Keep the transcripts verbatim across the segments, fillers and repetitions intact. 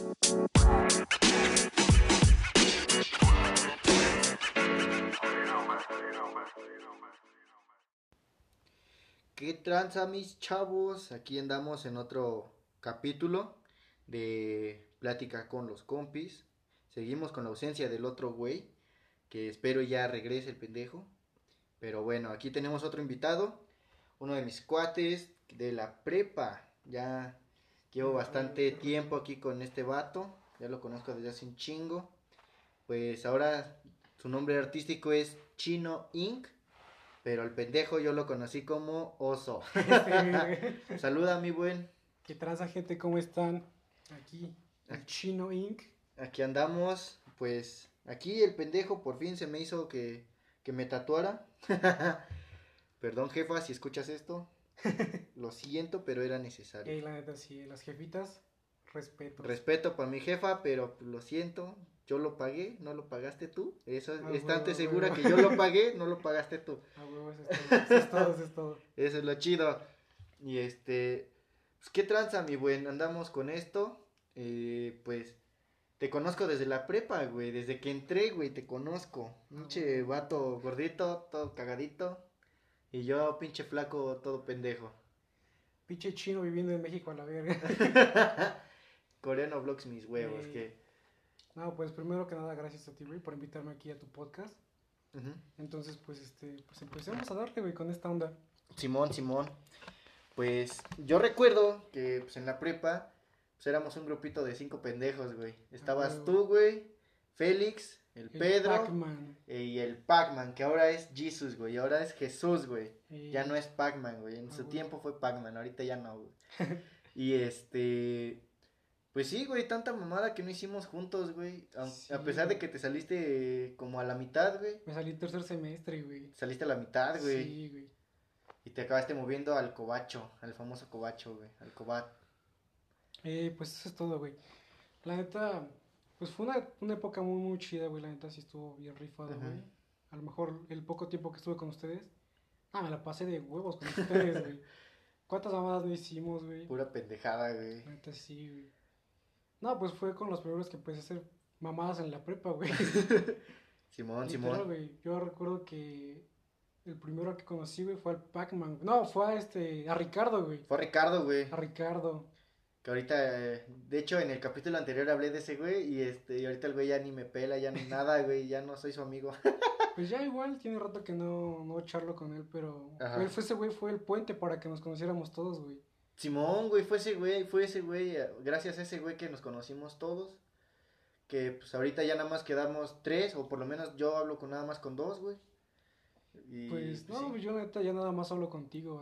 ¿Qué tranza, mis chavos? Aquí andamos en otro capítulo de Plática con los compis. Seguimos con la ausencia del otro güey, que espero ya regrese el pendejo. Pero bueno, aquí tenemos otro invitado, uno de mis cuates de la prepa. Ya llevo bastante tiempo aquí con este vato, ya lo conozco desde hace un chingo. Pues ahora su nombre artístico es Chino inc, pero el pendejo yo lo conocí como Oso. Sí. Saluda, mi buen. ¿Qué tranza, gente? ¿Cómo están? Aquí, el Chino inc. Aquí andamos, pues aquí el pendejo por fin se me hizo que, que me tatuara. Perdón, jefa, si escuchas esto. Lo siento, pero era necesario. Y la neta, sí, las jefitas, respeto. Respeto para mi jefa, pero lo siento. Yo lo pagué, no lo pagaste tú. Eso Ah, es tanto huevo, segura huevo. que yo lo pagué, no lo pagaste tú. Ah, huevo, eso es todo, eso es todo, eso es todo. Eso es lo chido. Y este, pues qué tranza, mi buen. Andamos con esto. Eh, pues te conozco desde la prepa, güey. Desde que entré, güey, te conozco. Pinche vato gordito, todo cagadito. Y yo, pinche flaco, todo pendejo. Pinche chino viviendo en México a la verga. Coreano Vlogs mis huevos, Eh, que... No, pues primero que nada, gracias a ti, güey, por invitarme aquí a tu podcast. Ujú. Entonces, pues, este, pues empecemos a darle, güey, con esta onda. Simón, Simón. Pues yo recuerdo que pues, en la prepa pues éramos un grupito de cinco pendejos, güey. Estabas huevo. tú, güey, Félix, el, El Pedro Pac-Man. eh, y el Pac-Man, que ahora es Jesus, güey. Ahora es Jesús, güey. Eh, Ya no es Pac-Man, güey. En ah, su huevo. tiempo fue Pac-Man, ahorita ya no, güey. Y este... Pues sí, güey, tanta mamada que no hicimos juntos, güey. A, Sí, a pesar de güey. que te saliste eh, como a la mitad, güey. Me salí en tercer semestre, güey. Saliste a la mitad, güey. Sí, güey. Y te acabaste moviendo al cobacho, al famoso cobacho, güey. Al cobat. Eh, pues eso es todo, güey. La neta, pues fue una, una época muy, muy chida, güey. La neta sí estuvo bien rifada, Ujú. güey. A lo mejor el poco tiempo que estuve con ustedes. Ah, me la pasé de huevos con ustedes, güey. ¿Cuántas mamadas no hicimos, güey? Pura pendejada, güey. La neta sí, güey. No, pues fue con los primeros que empecé a hacer mamadas en la prepa, güey. Simón, Literal, Simón. güey. Yo recuerdo que el primero que conocí, güey, fue al Pac-Man. No, fue a este, a Ricardo, güey. Fue Ricardo, güey. A Ricardo. Que ahorita, eh, de hecho, en el capítulo anterior hablé de ese güey. Y este, y ahorita el güey ya ni me pela, ya ni nada, güey. Ya no soy su amigo. Pues ya igual tiene rato que no, no charlo con él, pero Ajá. él fue ese güey, fue el puente para que nos conociéramos todos, güey. Simón, güey, fue ese güey, fue ese güey. eh, Gracias a ese güey que nos conocimos todos. Que pues ahorita ya nada más quedamos tres, o por lo menos yo hablo con nada más con dos, güey. Y Pues pues, no, sí. pues yo neta ya nada más hablo contigo.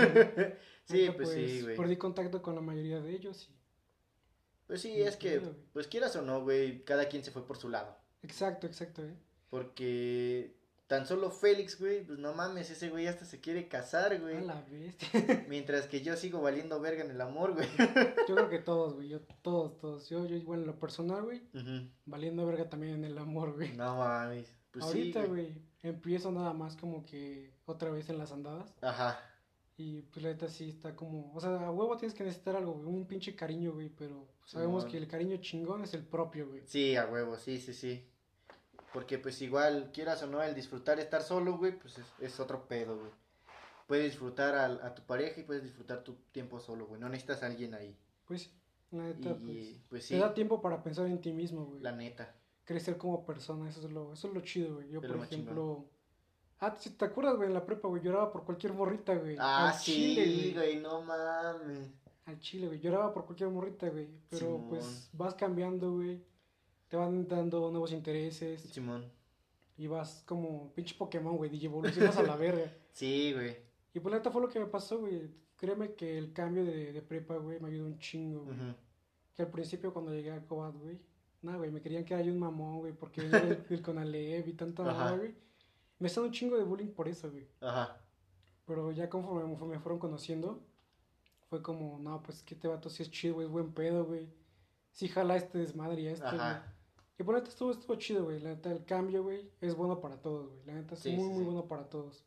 Sí, Neta, pues sí, güey. Perdí contacto con la mayoría de ellos y Pues sí, ni es que, pedo, güey. pues quieras o no, güey, cada quien se fue por su lado. Exacto, exacto, eh. Porque tan solo Félix, güey, pues no mames, ese güey hasta se quiere casar, A güey. la bestia. Mientras que yo sigo valiendo verga en el amor, güey. Yo creo que todos, güey, yo, todos, todos. Yo, yo igual en lo personal, güey, Ujú. valiendo verga también en el amor, güey. No mames. Pues Ahorita, sí, güey. güey, empiezo nada más como que otra vez en las andadas. Ajá. Y pues la neta sí está como, o sea, a huevo tienes que necesitar algo, güey, un pinche cariño, güey, pero sabemos Simón. que el cariño chingón es el propio, güey. Sí, a huevo, sí, sí, sí. Porque pues igual, quieras o no, el disfrutar estar solo, güey, pues es, es otro pedo, güey. Puedes disfrutar a, a tu pareja y puedes disfrutar tu tiempo solo, güey. No necesitas a alguien ahí. Pues, la Y, neta, pues, y, pues te sí, da tiempo para pensar en ti mismo, güey. la neta. Crecer como persona, eso es lo, eso es lo chido, güey. Yo, Es por lo más ejemplo, ah, si te acuerdas, güey, en la prepa, güey, lloraba por cualquier morrita, güey. Ah, Al chile, sí, güey. güey, no mames. Al chile, güey. Lloraba por cualquier morrita, güey. Pero Simón. pues vas cambiando, güey. Te van dando nuevos intereses. Simón. Y vas como pinche Pokémon, güey. Digievolucionas a la verga. Sí, güey. Y pues la neta fue lo que me pasó, güey. Créeme que el cambio de, de prepa, güey, me ayudó un chingo, güey. Ujú. Que al principio cuando llegué a Cobat, güey. Nada, güey, me querían que era yo un mamón, güey. Porque venía del, del Conalep y tanta Ajá. mamada, güey. Me están un chingo de bullying por eso, güey. Ajá. Pero ya conforme me fu- me fueron conociendo, fue como, no, pues que este vato sí es chido, güey, es buen pedo, güey. Sí jala este desmadre y a este, güey. Ajá. Y por la neta estuvo, estuvo chido, güey. La neta, el cambio, güey, es bueno para todos, güey. La neta es Sí, muy, sí, muy sí. bueno para todos.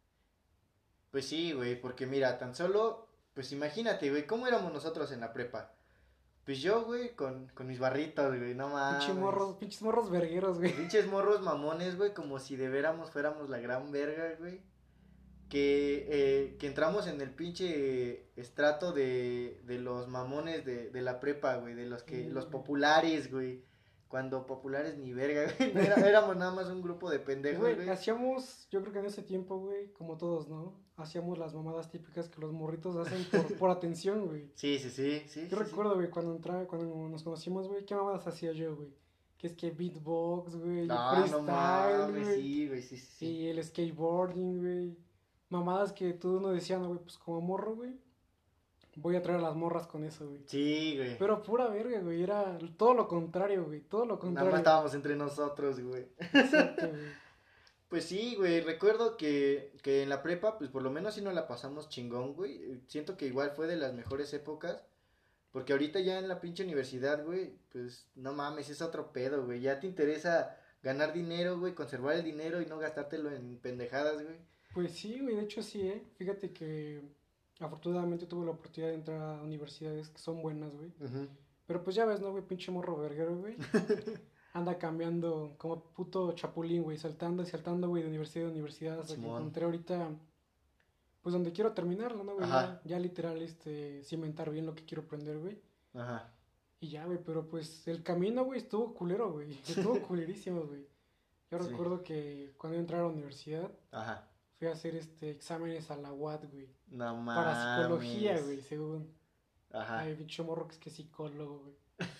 Pues sí, güey, porque mira, tan solo, pues imagínate, güey, ¿cómo éramos nosotros en la prepa? Pues yo, güey, con, con mis barritos, güey, no Pinche mames. morros, pinches morros vergueros, güey. Pinches morros mamones, güey, como si de veramos fuéramos la gran verga, güey. Que, eh, que entramos en el pinche estrato de, de los mamones de, de la prepa, güey, de los que, Sí, los güey. populares, güey. Cuando populares ni verga, güey. Era- éramos nada más un grupo de pendejos, Güey, güey. hacíamos, yo creo que en ese tiempo, güey, como todos, ¿no? Hacíamos las mamadas típicas que los morritos hacen por, por atención, güey. Sí, sí, sí, sí. Yo sí, recuerdo, güey, cuando entraba, cuando nos conocimos, güey, ¿qué mamadas hacía yo, güey? Que es que beatbox, güey, sí. No, no freestyle, mames, güey, sí, güey, sí, sí, sí. y el skateboarding, güey. Mamadas que todo uno decía, no, güey, pues como morro, güey, voy a traer a las morras con eso, güey. Sí, güey. Pero pura verga, güey, era todo lo contrario, güey, todo lo Nada contrario. más estábamos entre nosotros, güey. Exacto, güey. Pues sí, güey, recuerdo que, que en la prepa, pues por lo menos sí nos la pasamos chingón, güey. Siento que igual fue de las mejores épocas. Porque ahorita ya en la pinche universidad, güey, pues no mames, es otro pedo, güey. Ya te interesa ganar dinero, güey, conservar el dinero y no gastártelo en pendejadas, güey. Pues sí, güey, de hecho sí, ¿eh? Fíjate que afortunadamente tuve la oportunidad de entrar a universidades que son buenas, güey. Ujú. Pero pues ya ves, ¿no, güey? Pinche morro verguero, güey. Anda cambiando como puto chapulín, güey, saltando y saltando, güey, de universidad a universidad hasta que Simón. encontré ahorita, pues donde quiero terminarlo, ¿no, güey? Ajá. Ya, ya literal, este, cimentar bien lo que quiero aprender, güey. Ajá. Y ya, güey, pero pues el camino, güey, estuvo culero, güey. Estuvo culerísimo, güey. Yo Sí. recuerdo que cuando entré a la universidad, Ajá. fui a hacer este exámenes a la U A D, güey. No mames. Para psicología, güey, según. Ajá. Ay, bicho morro que es que psicólogo, güey.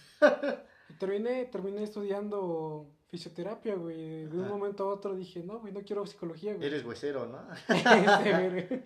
Y terminé, terminé estudiando fisioterapia, güey. De un Ajá. momento a otro dije, no, güey, no quiero psicología, güey. Eres huesero, ¿no? Ese, güey.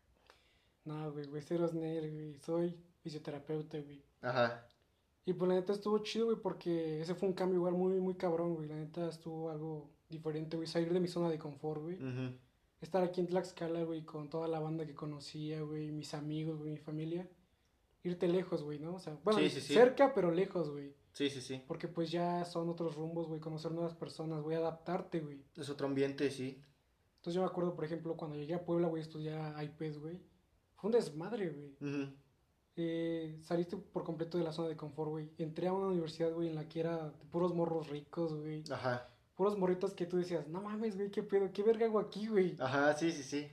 No, güey, güey, cero es nerd, güey. Soy fisioterapeuta, güey. Ajá. Y pues la neta estuvo chido, güey, porque ese fue un cambio igual muy, muy cabrón, güey. La neta estuvo algo diferente, güey. Salir de mi zona de confort, güey. Ujú. Estar aquí en Tlaxcala, güey, con toda la banda que conocía, güey, mis amigos, güey, mi familia. Irte lejos, güey, ¿no? O sea, bueno, Sí, sí, sí. cerca, pero lejos, güey. Sí, sí, sí. Porque pues ya son otros rumbos, güey, conocer nuevas personas, güey, adaptarte, güey. Es otro ambiente, sí. Entonces yo me acuerdo, por ejemplo, cuando llegué a Puebla, güey, estudiar I P E S, güey. Fue un desmadre, güey. Ujú. Eh, saliste por completo de la zona de confort, güey. Entré a una universidad, güey, en la que era de puros morros ricos, güey. Ajá. Puros morritos que tú decías, no mames, güey, qué pedo, qué verga hago aquí, güey. Ajá, sí, sí, sí.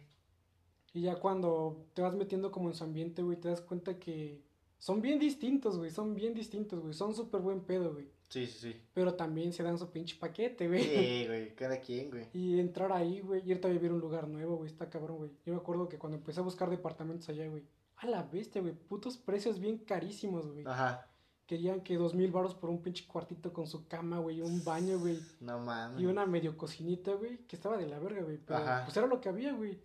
Y ya cuando te vas metiendo como en su ambiente, güey, te das cuenta que son bien distintos, güey, son bien distintos, güey. Son súper buen pedo, güey. Sí, sí, sí. Pero también se dan su pinche paquete, güey. Sí, güey, cada quien, güey. Y entrar ahí, güey, y irte a vivir a un lugar nuevo, güey, está cabrón, güey. Yo me acuerdo que cuando empecé a buscar departamentos allá, güey, a la bestia, güey, putos precios bien carísimos, güey. Ajá. Querían que dos mil baros por un pinche cuartito con su cama, güey, un baño, güey, No mames. y una medio cocinita, güey, que estaba de la verga, güey. Pero Ajá. pues era lo que había, güey.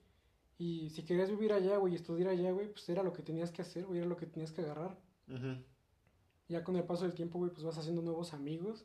Y si querías vivir allá, güey, y estudiar allá, güey, pues era lo que tenías que hacer, güey, era lo que tenías que agarrar. Ujú. Ya con el paso del tiempo, güey, pues vas haciendo nuevos amigos.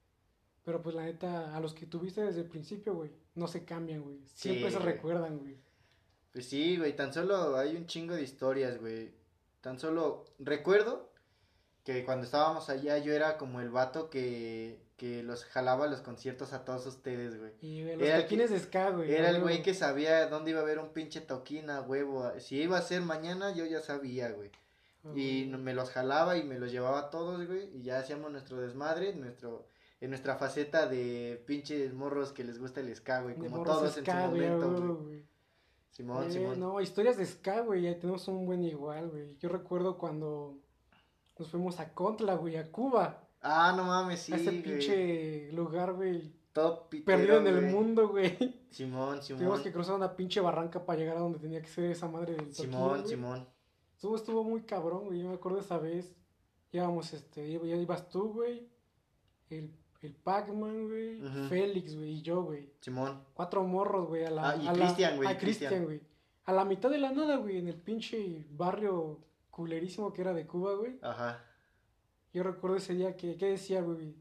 Pero pues la neta, a los que tuviste desde el principio, güey, no se cambian, güey. Siempre Sí, se güey. recuerdan, güey. Pues sí, güey, tan solo hay un chingo de historias, güey. Tan solo recuerdo que cuando estábamos allá yo era como el vato que, que los jalaba a los conciertos a todos ustedes, güey. Y güey, los Era el toquines que- de ska, güey. Era a el huevo. güey que sabía dónde iba a haber un pinche toquín a huevo. Si iba a ser mañana, yo ya sabía, güey. Ah, Y güey. me los jalaba y me los llevaba a todos, güey. Y ya hacíamos nuestro desmadre, nuestro, en nuestra faceta de pinches morros que les gusta el ska, güey. De Como morros todos en ska, su güey, a momento, huevo, güey. güey. Simón, Eh, Simón. No, historias de ska, güey, ahí tenemos un buen igual, güey. Yo recuerdo cuando nos fuimos a Contla, güey, a Cuba. Ah, no mames, sí, a ese güey. pinche lugar, güey, Todo pitero, perdido en el güey. mundo, güey. Simón, Tuvimos Simón. que cruzar una pinche barranca para llegar a donde tenía que ser esa madre del toquín, Simón, güey. Simón. Estuvo, estuvo muy cabrón, güey. Yo me acuerdo esa vez. Íbamos, este, iba- ya ibas tú, güey. El, el Pac-Man, güey. Ujú. Félix, güey. Y yo, güey. Simón. Cuatro morros, güey. A la, Ah, y a la- Cristian, güey, A Cristian. Cristian, güey. A la mitad de la nada, güey. En el pinche barrio culerísimo que era de Cuba, güey. Ajá. Yo recuerdo ese día que, ¿qué decía, güey?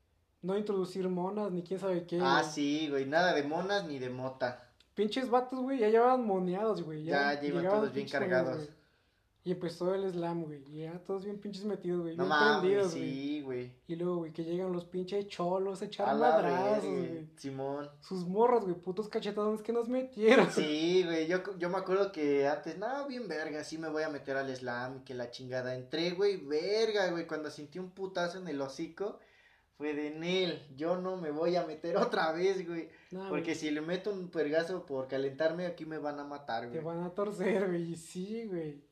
No introducir monas, ni quién sabe qué. Ah, güey. sí, güey. Nada de monas ni de mota. Pinches vatos, güey, ya llevaban moneados, güey. Ya llevan llegaban todos bien pinches moneados, cargados. güey. Y empezó el slam, güey. Y ya todos bien pinches metidos, güey. No bien mames, prendidos, güey. sí, güey. güey. Y luego, güey, que llegan los pinches cholos a echar A la madrazos, verga, güey. Simón. Sus morras, güey, putos cachetadones que nos metieron. Sí, güey, yo, yo me acuerdo que antes, no, bien verga, sí me voy a meter al slam y que la chingada. Entré, güey, verga, güey, cuando sentí un putazo en el hocico, fue de Nel, yo no me voy a meter otra vez, güey. Nah, Porque güey, si le meto un pergazo por calentarme, aquí me van a matar, te güey. van a torcer, güey. Y sí, güey.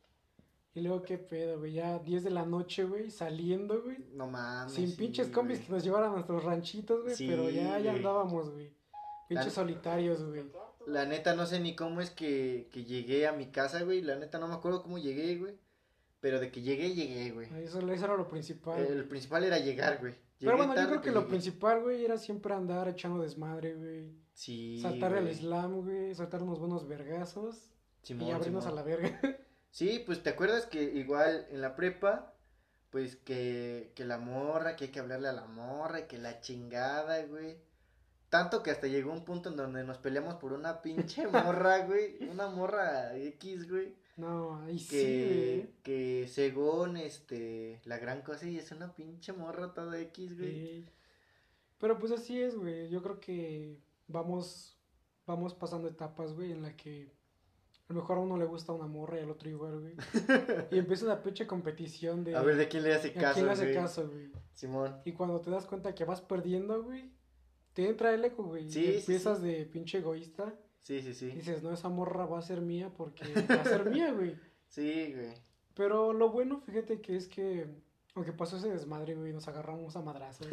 Y luego, qué pedo, güey. Ya diez de la noche, güey, saliendo, güey. No mames, Sin sí, pinches combis güey. que nos llevaran a nuestros ranchitos, güey. Sí, Pero ya, ya güey. andábamos, güey. Pinches La- solitarios, güey. La neta no sé ni cómo es que, que llegué a mi casa, güey. La neta no me acuerdo cómo llegué, güey. Pero de que llegué, llegué, güey. Eso, eso era lo principal. El güey. principal era llegar, güey. Pero Llegué bueno, yo tarde, creo que pero lo llegué. principal, güey, era siempre andar echando desmadre, güey. Sí, Saltar el güey. slam, güey. Saltar unos buenos vergazos. Simón, Y abrirnos Simón. a la verga. Sí, pues te acuerdas que igual en la prepa, pues que, que la morra, que hay que hablarle a la morra, y que la chingada, güey. Tanto que hasta llegó un punto en donde nos peleamos por una pinche morra, güey. Una morra X, güey. No, ahí sí, Que, que según este, la gran cosa y es una pinche morra toda X, güey. güey. Sí. Pero pues así es, güey. Yo creo que vamos, vamos pasando etapas, güey, en la que a lo mejor a uno le gusta una morra y al otro igual, güey. Y empieza una pinche competición de A ver, ¿de quién le hace a caso, quién le hace güey? caso, güey. Simón. Y cuando te das cuenta que vas perdiendo, güey, te entra el eco, güey. Sí, y sí, empiezas sí. de pinche egoísta. Sí, sí, sí. Dices, no, esa morra va a ser mía porque va a ser mía, güey. Sí, güey. Pero lo bueno, fíjate que es que, aunque pasó ese desmadre, güey, nos agarramos a madrazos.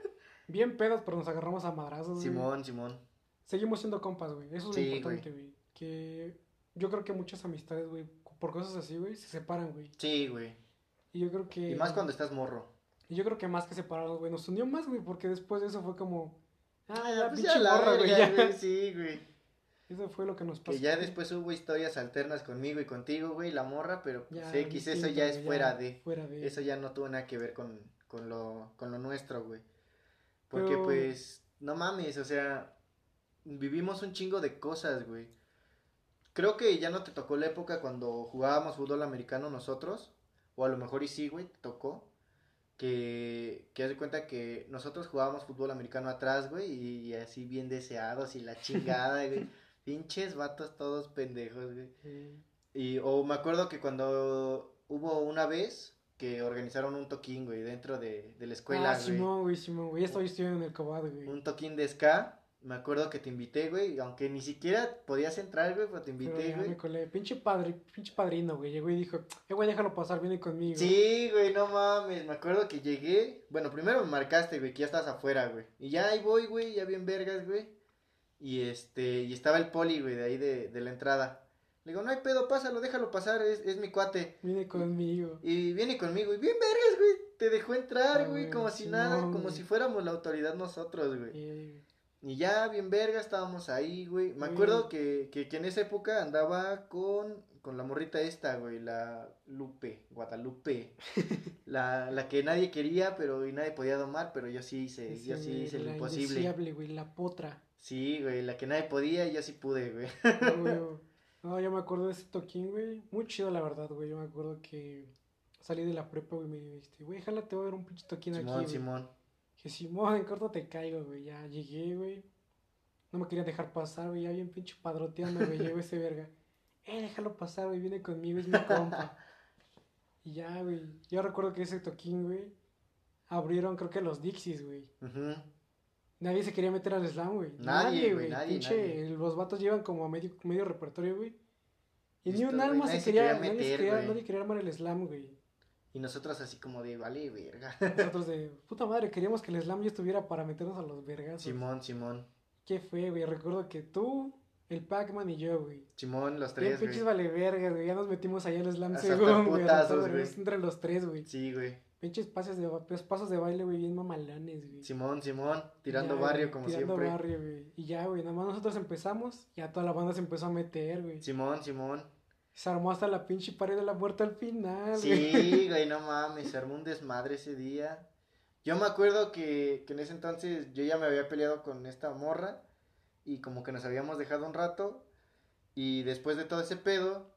Bien pedos, pero nos agarramos a madrazos, güey. Simón, Simón. Seguimos siendo compas, güey. Eso es Sí, lo importante, güey. Que yo creo que muchas amistades, güey, por cosas así, güey, se separan, güey. Sí, güey. Y yo creo que... Y más cuando estás morro. Y yo creo que más que separarnos, güey, nos unió más, güey, porque después de eso fue como... Ah, Ah, ya, pues pinche ya la morra, güey, verga, ya. güey. Sí, güey. Eso fue lo que nos pasó. Que ya después hubo historias alternas conmigo y contigo, güey, la morra, pero pues Ya, X, eso distinto, ya es güey, fuera de. Fuera de... Eso ya no tuvo nada que ver con, con lo, con lo nuestro, güey. Porque Pero- pues, no mames, o sea, vivimos un chingo de cosas, güey. Creo que ya no te tocó la época cuando jugábamos fútbol americano nosotros, o a lo mejor y sí, güey, te tocó. Que, que haz de cuenta que nosotros jugábamos fútbol americano atrás, güey, y, y así bien deseados y la chingada, güey. Pinches vatos todos pendejos, güey. eh, Y, o me acuerdo que cuando hubo una vez que organizaron un toquín, güey, dentro de, de la escuela, ah, güey. Simón, güey, Simón, güey. Ya estoy estudiando en el Cobad, güey. Un toquín de ska. Me acuerdo que te invité, güey, aunque ni siquiera podías entrar, güey, pero te Pero invité, ya güey. me colé. Pinche padre, pinche padrino, güey. Llegó y dijo, eh, güey, déjalo pasar, viene conmigo. Sí, güey, no mames, me acuerdo que llegué, bueno, primero me marcaste, güey, que ya estás afuera, güey, y ya ahí voy, güey, ya bien vergas, güey, y este, y estaba el poli, güey, de ahí de, de la entrada, le digo, no hay pedo, pásalo, déjalo pasar, es, es mi cuate, Viene conmigo. y viene conmigo, y bien vergas, güey, te dejó entrar, Ah, güey, güey, como si Simón, nada, como güey. si fuéramos la autoridad nosotros, güey. Eh, Y ya, bien verga, estábamos ahí, güey. Me Güey. acuerdo que, que, que en esa época andaba con, con la morrita esta, güey, la Lupe, Guadalupe. La, la que nadie quería, pero y nadie podía domar, pero yo sí hice, ese, yo sí güey, hice lo la imposible. indeseable, güey, la potra. Sí, güey, la que nadie podía y yo sí pude, güey. No, güey, no, yo me acuerdo de ese toquín, güey. Muy chido, la verdad, güey. Yo me acuerdo que salí de la prepa, güey, y me dijiste, güey, déjala, te voy a ver un pinche toquín aquí, Simón, güey. Simón. Dije, Simón, en corto te caigo, güey. Ya llegué, güey. No me quería dejar pasar, güey. Ya bien pinche padroteando, güey. Llegó ese verga. Eh, déjalo pasar, güey. Viene conmigo, es mi compa. Y ya, güey. Yo recuerdo que ese toquín, güey, abrieron, creo que los Dixies, güey. Ujú. Nadie se quería meter al slam, güey. Nadie, güey, nadie, Pinche, nadie. los vatos llevan como a medio, medio repertorio, güey. Y ni Listo, un güey, alma nadie se se quería, quería nadie, se meter, quería, güey. nadie quería armar el slam, güey. Y nosotros así como de, vale, verga. Nosotros de, puta madre, queríamos que el slam ya estuviera para meternos a los vergas. Simón, Simón. ¿Qué fue, güey? Recuerdo que tú, el Pac-Man y yo, güey. Simón, los Bien tres, pinches güey. vale vergas, güey. Ya nos metimos allá al slam Hasta según, güey. putazos, hasta todo, güey. entre los tres, güey. Sí, güey. Pinches pasos de, ba- pues, pasos de baile, güey, bien mamalones, güey. Simón, Simón, tirando Ya, barrio güey, como tirando siempre. barrio, güey. Y ya, güey, nada más nosotros empezamos, ya toda la banda se empezó a meter, güey. Simón, Simón. Se armó hasta la pinche pared de la puerta al final, güey. Sí, güey, no mames, se armó un desmadre ese día. Yo me acuerdo que, que en ese entonces yo ya me había peleado con esta morra y como que nos habíamos dejado un rato y después de todo ese pedo,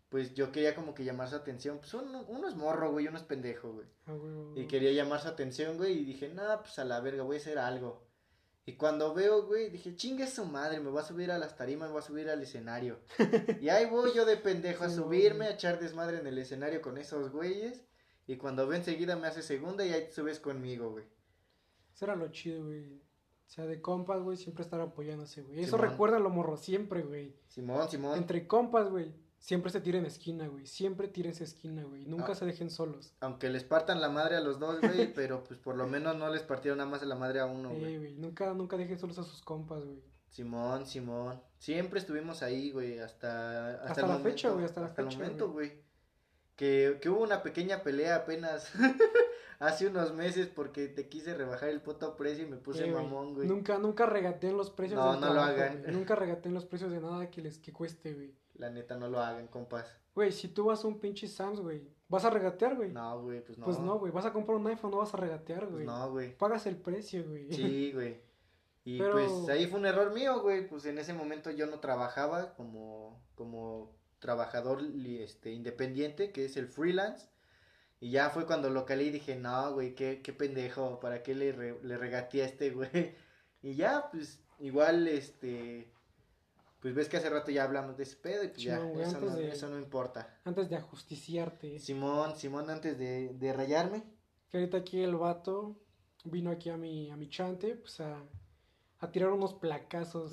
pues yo quería como que llamar su atención. Pues uno, uno es morro, güey, uno es pendejo, güey. Ah, güey. Y quería llamar su atención, güey, y dije, nah, pues a la verga, voy a hacer algo. Y cuando veo, güey, dije, chingue su madre, me voy a subir a las tarimas, me voy a subir al escenario. Y ahí voy yo de pendejo a Sí, subirme, güey. a echar desmadre en el escenario con esos güeyes. Y cuando ve enseguida me hace segunda y ahí te subes conmigo, güey. Eso era lo chido, güey. O sea, de compas, güey, siempre estar apoyándose, güey. Eso Simón, recuerda lo morro siempre, güey. Simón, Simón. Entre compas, güey, siempre se tiren esquina, güey. Siempre tírense esquina, güey. Nunca Ah, se dejen solos. aunque les partan la madre a los dos, güey, pero pues por lo menos no les partieron nada más la madre a uno, güey. Eh, güey. Nunca, nunca dejen solos a sus compas, güey. Simón, Simón. Siempre estuvimos ahí, güey, hasta, hasta, Hasta el la momento. fecha, güey, hasta la hasta el fecha, momento, güey. güey. Que, que hubo una pequeña pelea apenas hace unos meses porque te quise rebajar el puto precio y me puse Eh, güey. mamón, güey. Nunca, nunca regateen los precios No, del no lo trabajo, hagan. güey. Nunca regateen los precios de nada que les que cueste, güey. La neta, no lo hagan, compas. Güey, si tú vas a un pinche Sam's, güey, ¿vas a regatear, güey? No, güey, pues no. Pues no, güey. Vas a comprar un iPhone, no vas a regatear, Pues güey. no, güey. Pagas el precio, güey. Sí, güey. Y Pero- pues ahí fue un error mío, güey. Pues en ese momento yo no trabajaba como, como trabajador li- este, independiente, que es el freelance. Y ya fue cuando lo calé y dije, no, güey, qué, qué pendejo, ¿para qué le, re- le regateé a este, güey? Y ya, pues, igual, este, pues ves que hace rato ya hablamos de ese pedo y pues ya, Simón, güey, eso antes no, de- eso no importa. Antes de ajusticiarte. Simón, Simón, antes de, de rayarme, Que ahorita aquí el vato vino aquí a mi, a mi chante, pues a, a tirar unos placazos.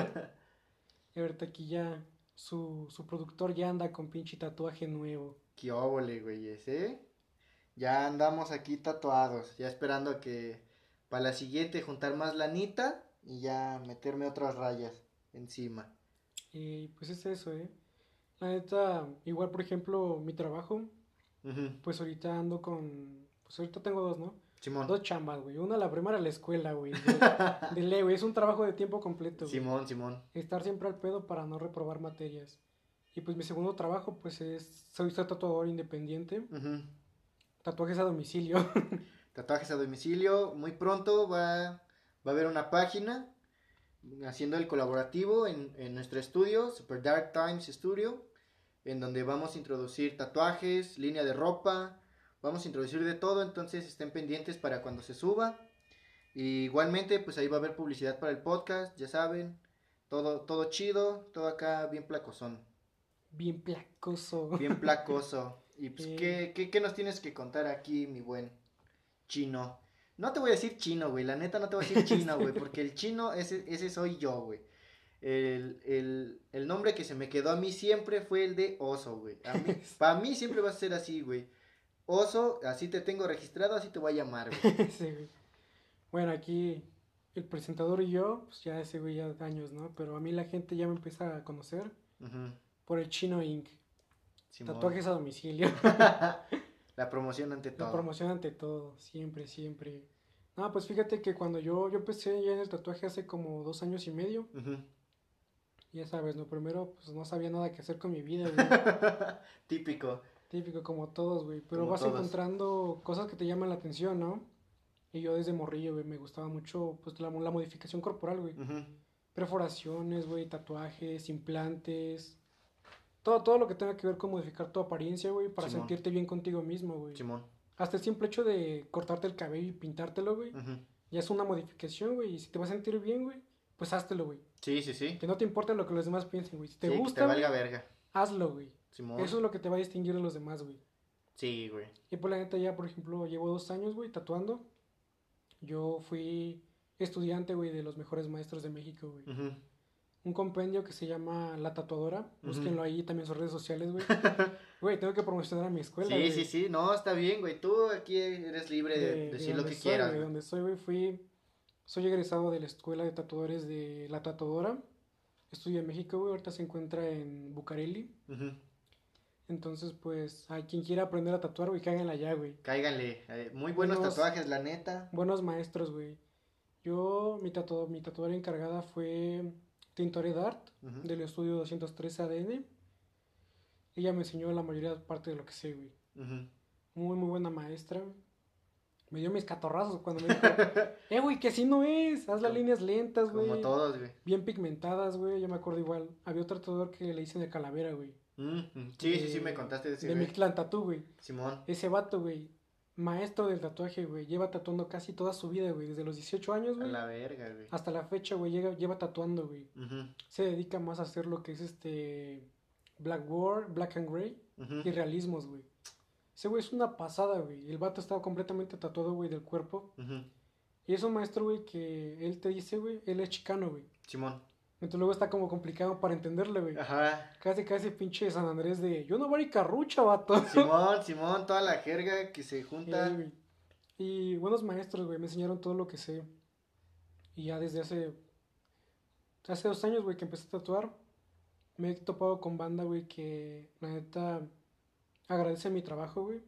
Y ahorita aquí ya su, su productor ya anda con pinche tatuaje nuevo. qué óvole, güeyes, ¿eh? Ya andamos aquí tatuados, ya esperando a que para la siguiente juntar más lanita y ya meterme otras rayas encima. Y pues es eso, ¿eh? La neta, igual por ejemplo, mi trabajo, Ujú. pues ahorita ando con... Pues ahorita tengo dos, ¿no? Simón, Dos chambas, güey. Una la primera la escuela, güey. De, de ley, güey. Es un trabajo de tiempo completo, güey. Simón, Simón. Estar siempre al pedo para no reprobar materias. Y pues mi segundo trabajo, pues es... Soy tatuador independiente. Ujú. Tatuajes a domicilio. Tatuajes a domicilio. Muy pronto va, va a haber una página haciendo el colaborativo en, en nuestro estudio, Super Dark Times Studio, en donde vamos a introducir tatuajes, línea de ropa, vamos a introducir de todo, entonces estén pendientes para cuando se suba. Y igualmente, pues ahí va a haber publicidad para el podcast, ya saben, todo, todo chido, todo acá bien placosón, Bien placoso. bien placoso. Y pues, Eh. ¿qué, qué, qué nos tienes que contar aquí, mi buen chino? No te voy a decir chino, güey, la neta no te voy a decir chino, güey, porque el chino, ese, ese soy yo, güey. El, el, el nombre que se me quedó a mí siempre fue el de oso, güey. Para mí siempre va a ser así, güey. Oso, así te tengo registrado, así te voy a llamar, güey. Sí, güey. Bueno, aquí el presentador y yo, pues ya ese güey ya de años, ¿no? Pero a mí la gente ya me empieza a conocer Ujú, por el Chino Inc. Simón. Tatuajes a domicilio. La promoción ante La todo. promoción ante todo, siempre, siempre. No, pues fíjate que cuando yo, yo empecé ya en el tatuaje hace como dos años y medio, Ujú. ya sabes, ¿no? Primero, pues no sabía nada que hacer con mi vida, güey. Típico. Típico, como todos, güey. Pero Como vas todos. encontrando cosas que te llaman la atención, ¿no? Y yo desde morrillo, güey, me gustaba mucho, pues, la, la modificación corporal, güey. Ujú. Perforaciones, güey, tatuajes, implantes. Todo, todo lo que tenga que ver con modificar tu apariencia, güey, para Simón. sentirte bien contigo mismo, güey. Simón. Hasta el simple hecho de cortarte el cabello y pintártelo, güey, Ujú. ya es una modificación, güey. Y si te vas a sentir bien, güey, pues háztelo, güey. Sí, sí, sí. Que no te importa lo que los demás piensen, güey. Si te Sí, que gusta, te güey, valga verga. hazlo, güey. Simón. Eso es lo que te va a distinguir de los demás, güey. Sí, güey. Y por la neta ya, por ejemplo, llevo dos años, güey, tatuando. Yo fui estudiante, güey, de los mejores maestros de México, güey. Ujú. Un compendio que se llama La Tatuadora. Ujú. Búsquenlo ahí también en sus redes sociales, güey. Güey, tengo que promocionar a mi escuela, Sí, güey. sí, sí. No, está bien, güey. Tú aquí eres libre de, De- de decir lo donde que soy, quieras, güey, güey. donde soy, güey, fui... Soy egresado de la Escuela de Tatuadores de La Tatuadora. Estudio en México, güey. Ahorita se encuentra en Bucareli. Ujú. Entonces, pues, a quien quiera aprender a tatuar, güey, cáiganla allá, güey. Cáiganle. Eh, muy buenos Buenos- tatuajes, la neta. Buenos maestros, güey. Yo, mi, tatu mi tatuadora encargada fue Tintoret Art, Ujú. del estudio doscientos tres A D N. Ella me enseñó la mayoría parte de lo que sé, güey. Ujú. Muy, muy buena maestra. Me dio mis catorrazos cuando me dijo, eh, güey, que así no es. Haz las Como- líneas lentas, güey. Como todos, güey. Bien pigmentadas, güey. Yo me acuerdo igual. Había otro tatuador que le hice de calavera, güey. Mm, mm, sí, sí, sí, me contaste de ese De güey. Mictlán Tatú, güey. Simón. Ese vato, güey, maestro del tatuaje, güey, lleva tatuando casi toda su vida, güey, desde los dieciocho años, A güey, la verga, güey. hasta la fecha, güey, lleva, lleva tatuando, güey. Ujú, Se dedica más a hacer lo que es este Black War, Black and Grey ujú. y realismos, güey. Ese güey es una pasada, güey. El vato estaba completamente tatuado, güey, del cuerpo. Ujú. Y es un maestro, güey, que él te dice, güey, él es chicano, güey. Simón. Entonces luego está como complicado para entenderle, güey. Ajá. Casi, casi pinche San Andrés de, yo no voy a carrucha, vato. Simón, Simón, toda la jerga que se Eh, junta. güey. Y buenos maestros, güey, me enseñaron todo lo que sé. Y ya desde hace, hace dos años, güey, que empecé a tatuar, me he topado con banda, güey, que la neta agradece mi trabajo, güey.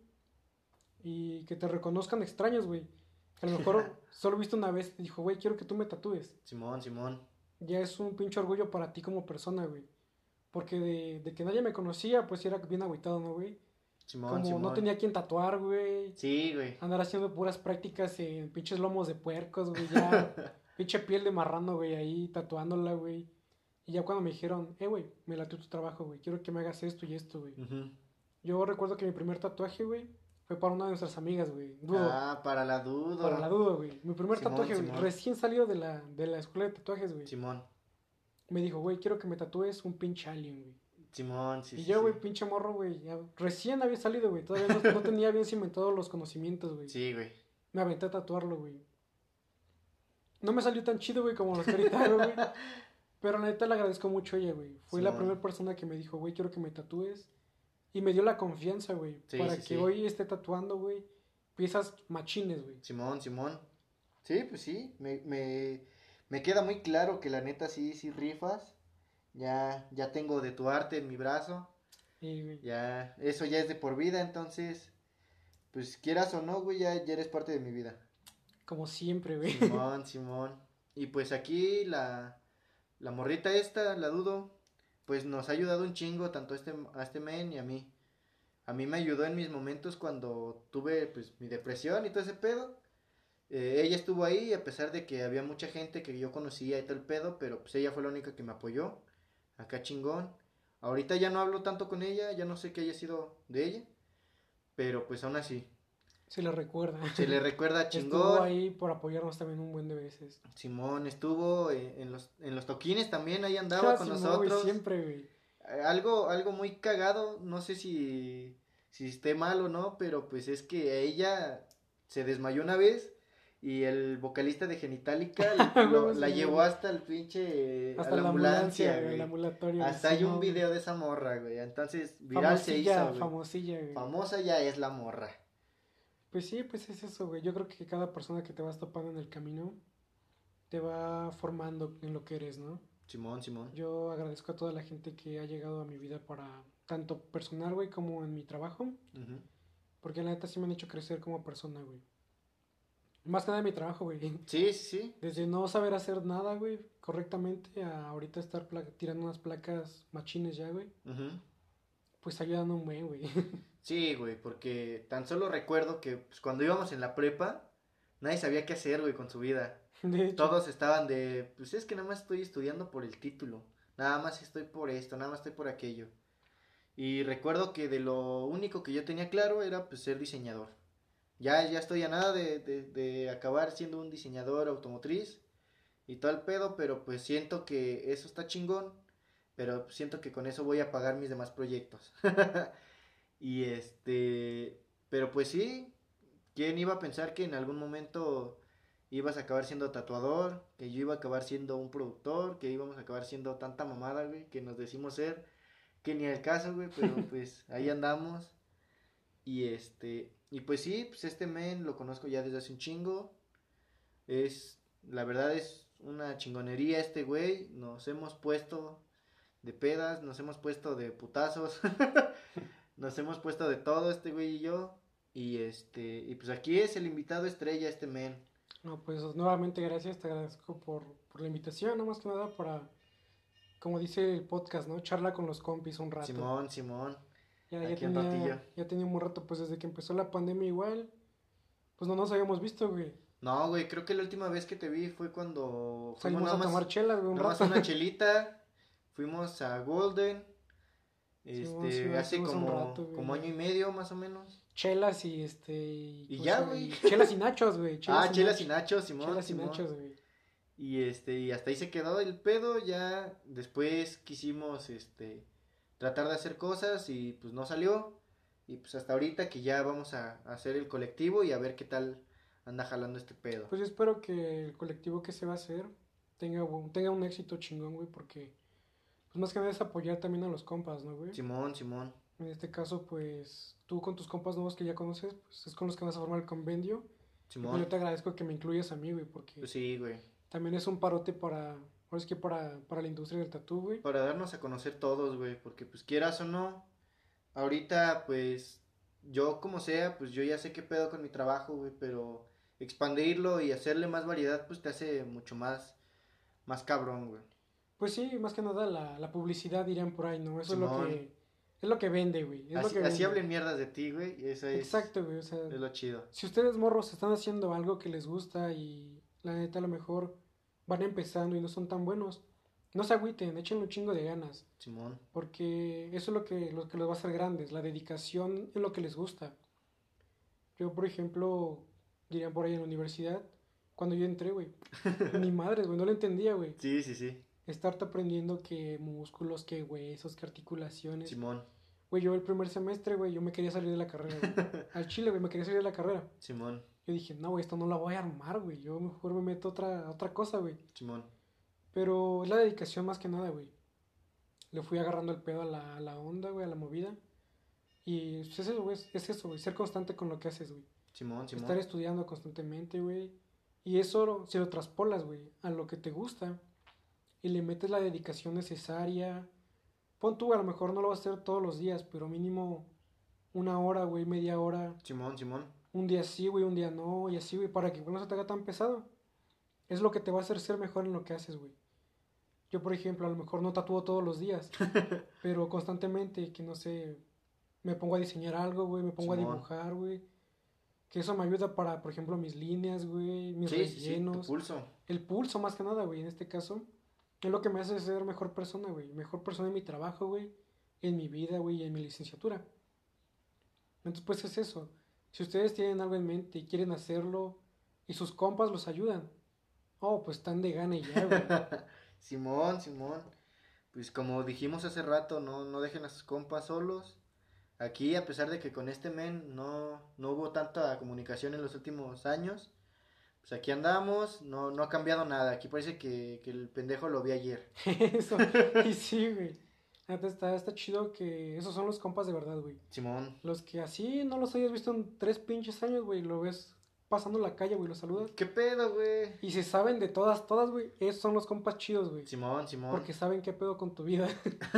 Y que te reconozcan extraños, güey. Que a lo mejor solo viste una vez y te dijo, güey, quiero que tú me tatúes. Simón, Simón. Ya es un pinche orgullo para ti como persona, güey. Porque de, de que nadie me conocía, pues era bien agüitado, ¿no, güey? Simón, Como Simón. no tenía quien tatuar, güey. Sí, güey. Andar haciendo puras prácticas en pinches lomos de puercos, güey. Ya, pinche piel de marrano, güey, ahí tatuándola, güey. Y ya cuando me dijeron, eh, güey, me latió tu trabajo, güey. Quiero que me hagas esto y esto, güey. Ujú. Yo recuerdo que mi primer tatuaje, güey, fue para una de nuestras amigas, güey. Dudo. Ah, para la duda. Para la duda, güey. Mi primer Simón, tatuaje, güey. Simón. Recién salido de la, de la escuela de tatuajes, güey. Simón. Me dijo, güey, quiero que me tatúes un pinche alien, güey. Simón, sí, Y sí. yo, güey, sí. pinche morro, güey, ya recién había salido, güey. Todavía no, no tenía bien cimentados los conocimientos, güey. Sí, güey. Me aventé a tatuarlo, güey. No me salió tan chido, güey, como los que ahorita hago, güey. Pero la neta le agradezco mucho a ella, güey. Fue la Simón. primera persona que me dijo, güey, quiero que me tatúes. Y me dio la confianza, güey. Sí, para sí, que sí. hoy esté tatuando, güey, piezas machines, güey. Simón, Simón. Sí, pues sí. Me, me, me queda muy claro que la neta sí, sí rifas. Ya, ya tengo de tu arte en mi brazo. Y, güey, Ya, eso ya es de por vida, entonces, pues quieras o no, güey, ya, ya eres parte de mi vida. como siempre, güey. Simón, Simón. Y pues aquí la, la morrita esta, la dudo, pues nos ha ayudado un chingo, tanto a este, a este men y a mí. A mí me ayudó en mis momentos cuando tuve, pues, mi depresión y todo ese pedo. Eh, ella estuvo ahí, a pesar de que había mucha gente que yo conocía y todo el pedo, pero pues ella fue la única que me apoyó. Acá chingón. Ahorita ya no hablo tanto con ella, ya no sé qué haya sido de ella, pero pues aún así, Se le recuerda. se le recuerda Estuvo chingón. ahí por apoyarnos también un buen de veces. Simón estuvo en, en los, en los toquines también, ahí andaba Ah, con Simón, nosotros. güey, siempre, güey. Eh, Algo, algo muy cagado, no sé si, si esté mal o no, pero pues es que ella se desmayó una vez y el vocalista de Genitalica lo- Huevos, la sí, llevó güey. hasta el pinche, Hasta a la la ambulancia, ambulancia, güey, güey. el ambulatorio. Hasta güey, hay un Simón, güey. video de esa morra, güey. Entonces, viral se Famosilla, hizo, güey. famosilla, güey. Famosa ya es la morra. Pues sí, pues es eso, güey. Yo creo que cada persona que te vas topando en el camino te va formando en lo que eres, ¿no? Simón, Simón. Yo agradezco a toda la gente que ha llegado a mi vida para tanto personal, güey, como en mi trabajo. Ujú. Porque la neta sí me han hecho crecer como persona, güey. Más que nada en mi trabajo, güey. Sí, sí, sí. Desde no saber hacer nada, güey, correctamente, a ahorita estar pla- tirando unas placas machines ya, güey. Ujú. Pues ayudando un buen, güey. Sí, güey, porque tan solo recuerdo que pues, cuando íbamos en la prepa, nadie sabía qué hacer, güey, con su vida. De hecho, Todos estaban de, pues es que nada más estoy estudiando por el título. Nada más estoy por esto, nada más estoy por aquello. Y recuerdo que de lo único que yo tenía claro era pues ser diseñador. Ya, ya estoy a nada de, de, de acabar siendo un diseñador automotriz y todo el pedo, pero pues siento que eso está chingón, pero siento que con eso voy a pagar mis demás proyectos. Y este, pero pues sí, ¿quién iba a pensar que en algún momento ibas a acabar siendo tatuador, que yo iba a acabar siendo un productor, que íbamos a acabar siendo tanta mamada, güey, que nos decimos ser, que ni el caso, güey, pero pues ahí andamos. Y este, y pues sí, pues este men lo conozco ya desde hace un chingo. Es, la verdad es una chingonería este güey. Nos hemos puesto de pedas, nos hemos puesto de putazos. Nos hemos puesto de todo este güey y yo. Y este, y pues aquí es el invitado estrella, este men. no, pues nuevamente gracias, te agradezco por, por la invitación, no más que nada para, como dice el podcast, ¿no? Charla con los compis un rato. Simón, Simón. Ya, ya Aquí un ratillo. tenía, ya tenía un buen rato, pues desde que empezó la pandemia igual, pues no nos habíamos visto, güey. No, güey, creo que la última vez que te vi fue cuando fuimos Salimos nada a más, tomar chelas, güey, un nada más rato. una chelita. Fuimos a Golden. Este, sí, hace fuimos un como, rato, güey. como año y medio más o menos. Chelas y este... Y, Y ¿cómo ya, se llama? güey. Y chelas y nachos, güey. Ah, chelas nach- y nachos, Simón, Chelas y Simón. nachos, güey. Y este, y hasta ahí se quedó el pedo, ya después quisimos este tratar de hacer cosas y pues no salió. Y pues hasta ahorita que ya vamos a, a hacer el colectivo y a ver qué tal anda jalando este pedo. Pues yo espero que el colectivo que se va a hacer tenga, un- tenga un éxito chingón, güey, porque pues más que nada es apoyar también a los compas, ¿no, güey? Simón, Simón, En este caso, pues tú con tus compas nuevos que ya conoces, pues es con los que vas a formar el convenio. Y pues yo Simón. te agradezco que me incluyas a mí, güey, porque Pues sí, güey. también es un parote para, ahora es que para, para la industria del tatú, güey. Para darnos a conocer todos, güey, porque pues quieras o no, ahorita pues yo como sea, pues yo ya sé qué pedo con mi trabajo, güey, pero expandirlo y hacerle más variedad pues te hace mucho más, más cabrón, güey. Pues sí, más que nada la, la publicidad dirían por ahí, ¿no? Eso es lo Simón. que, es lo que vende, güey. Es lo Así, que así vende. hablen mierdas de ti, güey, y eso es, Exacto, güey, o sea, es lo chido. si ustedes morros están haciendo algo que les gusta y la neta a lo mejor van empezando y no son tan buenos, no se agüiten, échenle un chingo de ganas, Simón, porque eso es lo que, lo que los va a hacer grandes, la dedicación en lo que les gusta. Yo, por ejemplo, dirían por ahí en la universidad, cuando yo entré, güey, mi madre, güey, no lo entendía, güey. sí, sí, sí, Estarte aprendiendo que músculos, que huesos, que articulaciones. Simón, Güey, yo el primer semestre, güey, yo me quería salir de la carrera, güey. Al chile, güey, me quería salir de la carrera. Simón, Yo dije, no, güey, esto no la voy a armar, güey. Yo mejor me meto a otra, a otra cosa, güey. Simón, Pero es la dedicación más que nada, güey. Le fui agarrando el pedo a la, a la onda, güey, a la movida. Y pues es eso, güey, es eso, güey, ser constante con lo que haces, güey. Simón, Simón, Estar estudiando constantemente, güey. Y eso, si lo traspolas, güey, a lo que te gusta y le metes la dedicación necesaria. Pon tú, a lo mejor no lo vas a hacer todos los días, pero mínimo una hora, güey, media hora. Simón, Simón, Un día sí, güey, un día no, y así, güey, para que no se te haga tan pesado. Es lo que te va a hacer ser mejor en lo que haces, güey. Yo, por ejemplo, a lo mejor no tatúo todos los días, pero constantemente, que no sé, me pongo a diseñar algo, güey, me pongo a Simón. dibujar, güey. Que eso me ayuda para, por ejemplo, mis líneas, güey, mis sí, sí, sí, tu rellenos. pulso, El pulso, más que nada, güey, en este caso. Es lo que me hace ser mejor persona, güey. Mejor persona en mi trabajo, güey. En mi vida, güey, y en mi licenciatura. Entonces, pues es eso. Si ustedes tienen algo en mente y quieren hacerlo y sus compas los ayudan, oh, pues están de gana y ya, güey. Simón, Simón, pues como dijimos hace rato, no, no dejen a sus compas solos. Aquí, a pesar de que con este men no, no hubo tanta comunicación en los últimos años, pues aquí andamos, no, no ha cambiado nada. Aquí parece que, que el pendejo lo vi ayer. Eso, y sí, güey. Neta, Está, está chido que esos son los compas de verdad, güey. Simón, Los que así no los hayas visto en tres pinches años, güey. Lo ves pasando la calle, güey, los saludas. ¿qué pedo, güey? Y se saben de todas, todas, güey. Esos son los compas chidos, güey. Simón, Simón. Porque saben qué pedo con tu vida.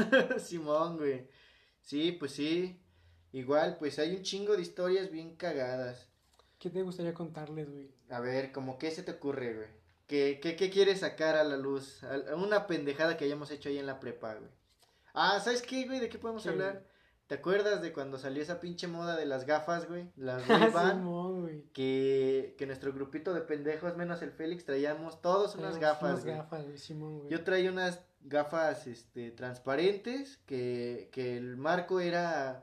Simón, güey. Sí, pues sí. Igual, pues hay un chingo de historias bien cagadas. ¿Qué te gustaría contarles, güey? A ver, ¿cómo qué se te ocurre, güey? ¿Qué, qué, qué quieres sacar a la luz? A- a una pendejada que hayamos hecho ahí en la prepa, güey. Ah, ¿sabes qué, güey? ¿De qué podemos ¿Qué, hablar? güey? ¿Te acuerdas de cuando salió esa pinche moda de las gafas, güey? Las Ah, Ray-Ban. Simón, güey. que, que nuestro grupito de pendejos, menos el Félix, traíamos todos unas Traíamos gafas, Unas güey. gafas, güey, Simón, güey. Yo traía unas gafas este, transparentes, que, que el marco era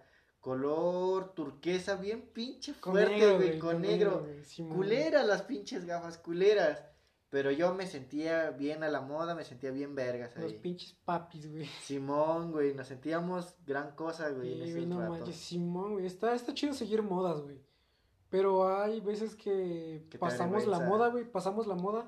color turquesa, bien pinche Con fuerte, negro, güey, güey, con con negro. negro, güey, Simón, Culeras las pinches gafas, culeras. Pero yo me sentía bien a la moda, me sentía bien vergas Los ahí. pinches papis, güey. Simón, güey, nos sentíamos gran cosa, güey, en Sí, ese güey, no rato. manches, Simón, güey. Está, está chido seguir modas, güey. Pero hay veces que Que te da pasamos la vergüenza. moda, güey, pasamos la moda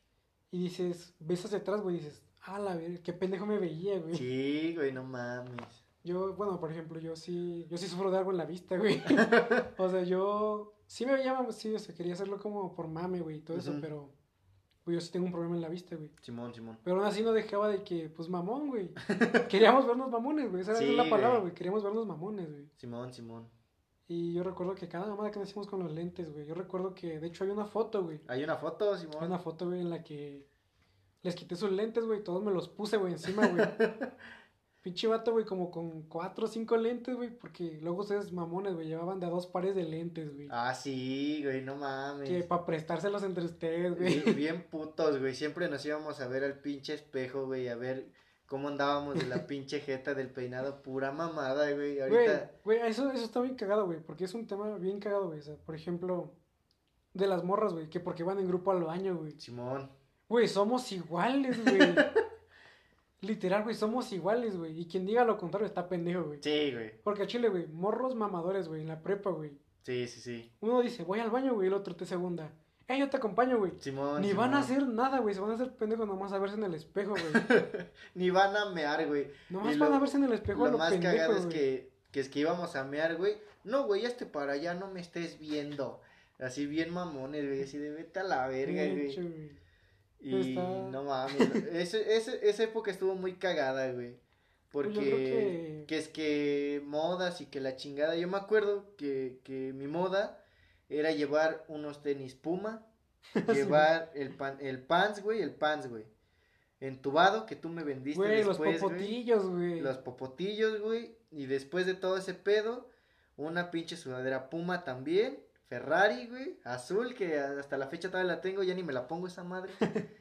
y dices, ves hacia atrás, güey, y dices, ah, la ver, qué pendejo me veía, güey. Sí, güey, no mames. Yo, bueno, por ejemplo, yo sí, yo sí sufro de algo en la vista, güey. O sea, yo sí me veía, sí, o sea, quería hacerlo como por mame, güey, y todo eso, Ujú. pero pues, yo sí tengo un problema en la vista, güey. Simón, Simón. Pero aún así no dejaba de que, pues, mamón, güey. Queríamos vernos mamones, güey. Esa Sí, es la palabra, güey. güey. Queríamos vernos mamones, güey. Simón, Simón. Y yo recuerdo que cada mamada que hacíamos con los lentes, güey. Yo recuerdo que, de hecho, hay una foto, güey. Hay una foto, Hay Simón. una foto, güey, en la que les quité sus lentes, güey. Todos me los puse, güey, encima, güey. Pinche vato, güey, como con cuatro o cinco lentes, güey. Porque luego ustedes mamones, güey, llevaban de a dos pares de lentes, güey. Ah, sí, güey, no mames. Que para prestárselos entre ustedes, güey. Bien, bien putos, güey. Siempre nos íbamos a ver al pinche espejo, güey, a ver cómo andábamos de la pinche jeta del peinado, pura mamada, güey. Güey, Ahorita, güey, eso, eso está bien cagado, güey, porque es un tema bien cagado, güey. O sea, por ejemplo, de las morras, güey, que porque van en grupo al baño, güey. Simón, Güey, somos iguales, güey. Literal, güey, somos iguales, güey. Y quien diga lo contrario está pendejo, güey. sí, güey. Porque a Chile, güey, morros mamadores, güey, en la prepa, güey. Sí, sí, sí. Uno dice, voy al baño, güey, y el otro te segunda. Eh, yo te acompaño, güey. Simón, Ni Simón. van a hacer nada, güey. Se van a hacer pendejos nomás a verse en el espejo, güey. Ni van a mear, güey. Nomás Y van lo- a verse en el espejo a Lo lo más pendejo, cagado es güey. que, que es que íbamos a mear, güey. No, güey, hazte para allá, no me estés viendo. Así bien mamones, güey, así de vete a la verga, De güey. hecho, güey. Y Está- no mames, ese, ese, esa época estuvo muy cagada, güey. Pues Porque yo creo que- que es que modas y que la chingada. Yo me acuerdo que, que mi moda era llevar unos tenis Puma, llevar el, pan, el pants, güey, el pants, güey. Entubado que tú me vendiste Güey, los después, güey. popotillos, güey. Los popotillos, güey. Y después de todo ese pedo, una pinche sudadera Puma también. Ferrari, güey. Azul, que hasta la fecha todavía la tengo, ya ni me la pongo esa madre.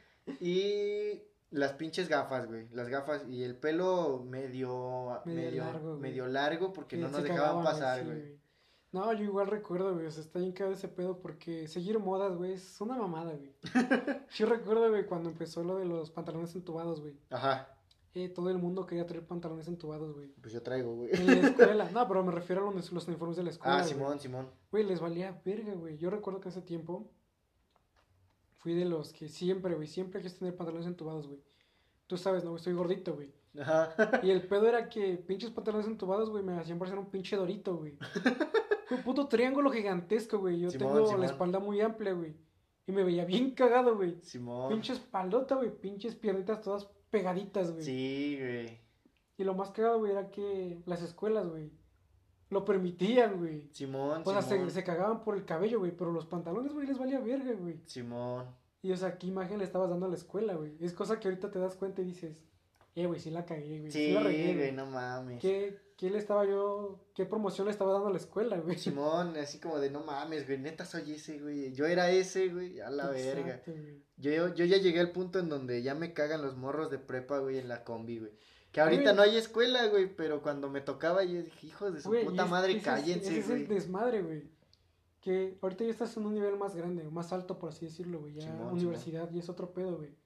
Y las pinches gafas, güey. Las gafas y el pelo medio, Medio medio, largo, güey. medio largo porque Que no nos se dejaban cagaban, pasar, sí, güey. No, yo igual recuerdo, güey. O sea, está bien cagado ese pedo porque seguir modas, güey, es una mamada, güey. Yo recuerdo, güey, cuando empezó lo de los pantalones entubados, güey. Ajá. Eh, todo el mundo quería traer pantalones entubados, güey. Pues yo traigo, güey. En la escuela. No, pero me refiero a los, los uniformes de la escuela. Ah, güey. Simón, Simón. Güey, les valía verga, güey. Yo recuerdo que hace tiempo fui de los que siempre, güey, siempre quise tener pantalones entubados, güey. Tú sabes, ¿no? Estoy gordito, güey. Ajá. Y el pedo era que pinches pantalones entubados, güey, me hacían parecer un pinche dorito, güey. Un puto triángulo gigantesco, güey. Yo Simón, tengo Simón. la espalda muy amplia, güey. Y me veía bien cagado, güey. Simón. Pinche espaldota, güey. Pinches piernitas todas pegaditas, güey. Sí, güey. Y lo más cagado, güey, era que las escuelas, güey, lo permitían, güey. Simón, O sea, se, Simón. se cagaban por el cabello, güey. Pero los pantalones, güey, les valía verga, güey. Simón. Y, o sea, ¿qué imagen le estabas dando a la escuela, güey? Es cosa que ahorita te das cuenta y dices, eh, güey, sí la cagué, güey. Sí, Sí, la regué, güey, güey. no mames. ¿Qué, ¿Qué le estaba yo, qué promoción le estaba dando a la escuela, güey? Simón, así como de no mames, güey, neta soy ese, güey. Yo era ese, güey, a la verga. Exacto, güey. Yo, yo ya llegué al punto en donde ya me cagan los morros de prepa, güey, en la combi, güey. Que ahorita Güey. no hay escuela, güey, pero cuando me tocaba yo dije, hijos de su Güey, y puta es- madre, ese es- cállense, Ese es güey. el desmadre, güey. Que ahorita ya estás en un nivel más grande, más alto, por así decirlo, güey. Ya Simón, universidad y es otro pedo, güey.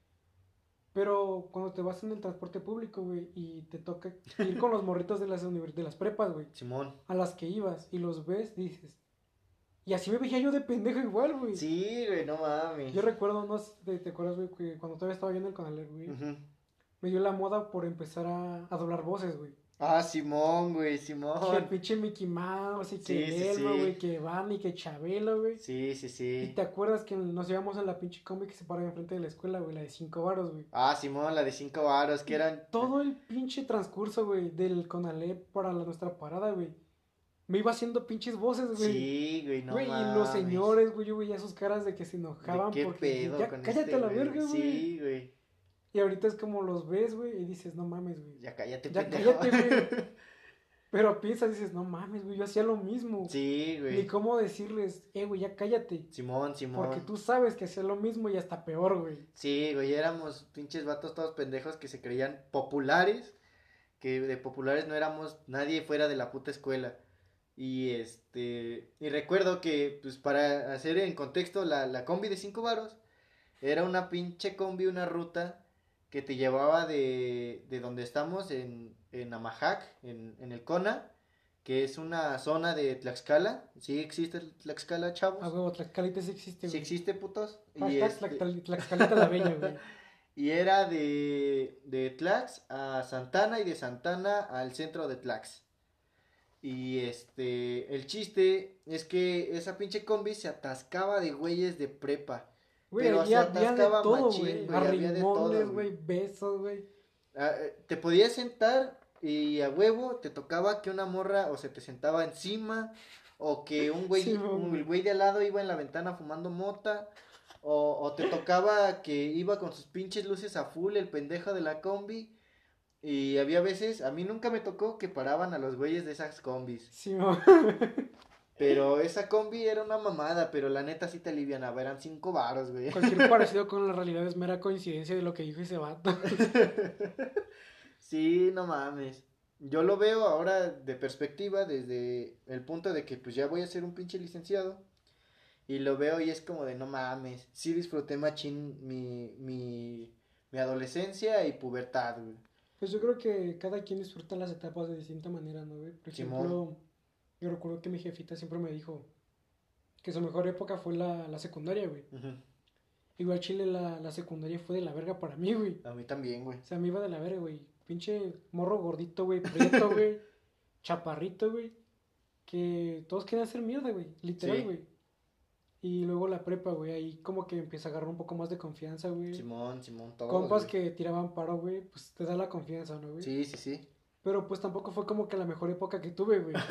Pero cuando te vas en el transporte público, güey, y te toca ir con los morritos de las, univers- de las prepas, güey, Simón. a las que ibas y los ves, dices. Y así me veía yo de pendejo igual, güey. Sí, güey, no mames. Yo recuerdo, no sé, te, te acuerdas, güey, que cuando todavía estaba viendo el canal, güey, Ujú. me dio la moda por empezar a, a doblar voces, güey. Ah, Simón, güey, Que el Simón. pinche Mickey Mouse y que Sí, sí, Elmo, sí. güey, que Van y que Chabelo, güey. Sí, sí, Y sí. te acuerdas que nos llevamos a la pinche combi que se paraba enfrente de la escuela, güey, la de cinco varos, güey. Ah, Simón, la de cinco varos, que eran... Todo el pinche transcurso, güey, del Conalep para la, nuestra parada, güey. Me iba haciendo pinches voces, güey. Sí, güey, no Güey, mames. y los señores, güey, yo veía sus caras de que se ¿De enojaban qué porque pedo ya con cállate este, a la verga, güey. Sí, güey. Y ahorita es como los ves, güey, y dices, no mames, güey. Ya cállate, Ya pendejo. cállate, güey. Pero piensas, dices, no mames, güey, yo hacía lo mismo. Sí, Ni güey. cómo decirles, eh, güey, ya cállate. Simón, Simón. Porque tú sabes que hacía lo mismo y hasta peor, güey. Sí, güey, éramos pinches vatos todos pendejos que se creían populares, que de populares no éramos nadie fuera de la puta escuela. Y este, y recuerdo que, pues para hacer en contexto, la, la combi de cinco varos era una pinche combi, una ruta que te llevaba de, de donde estamos en, en Amajac, en, en el Cona, que es una zona de Tlaxcala. ¿Sí existe el Tlaxcala, chavos? A huevo, Tlaxcalita sí existe, Sí güey. existe, putos. Y Hashtag este- Tlaxcal- Tlaxcalita la Bella, güey. Y era de, de Tlax a Santana y de Santana al centro de Tlax. Y este, el chiste es que esa pinche combi se atascaba de güeyes de prepa. Güey, Pero ahí se había de atascaba todo, machín, güey. güey, había de todo, Arrimones, güey. güey, besos, güey. Ah, eh, te podías sentar y a huevo te tocaba que una morra o se te sentaba encima o que un güey, Sí, un- güey. el güey de al lado iba en la ventana fumando mota o, o te tocaba que iba con sus pinches luces a full el pendejo de la combi y había veces, a mí nunca me tocó que paraban a los güeyes de esas combis, Sí, mo- pero esa combi era una mamada, pero la neta sí te alivianaba, eran cinco varos, güey. Cualquier parecido con la realidad es mera coincidencia de lo que dijo ese vato. Sí, no mames. Yo lo veo ahora de perspectiva desde el punto de que pues ya voy a ser un pinche licenciado. Y lo veo y es como de no mames. Sí disfruté machín mi, mi, mi adolescencia y pubertad, güey. Pues yo creo que cada quien disfruta las etapas de distinta manera, ¿no, güey? Por Simón. ejemplo, yo recuerdo que mi jefita siempre me dijo que su mejor época fue la, la secundaria, güey. Ujú. Igual Chile, la, la secundaria fue de la verga para mí, güey. A mí también, güey. O sea, me iba de la verga, güey. Pinche morro gordito, güey, prieto, güey. Chaparrito, güey. Que todos querían hacer mierda, güey. Literal, Sí. güey. Y luego la prepa, güey. Ahí como que empieza a agarrar un poco más de confianza, güey. Simón, Simón, todos, Compas güey. que tiraban paro, güey. Pues te da la confianza, ¿no, güey? Sí, sí, sí. Pero pues tampoco fue como que la mejor época que tuve, güey.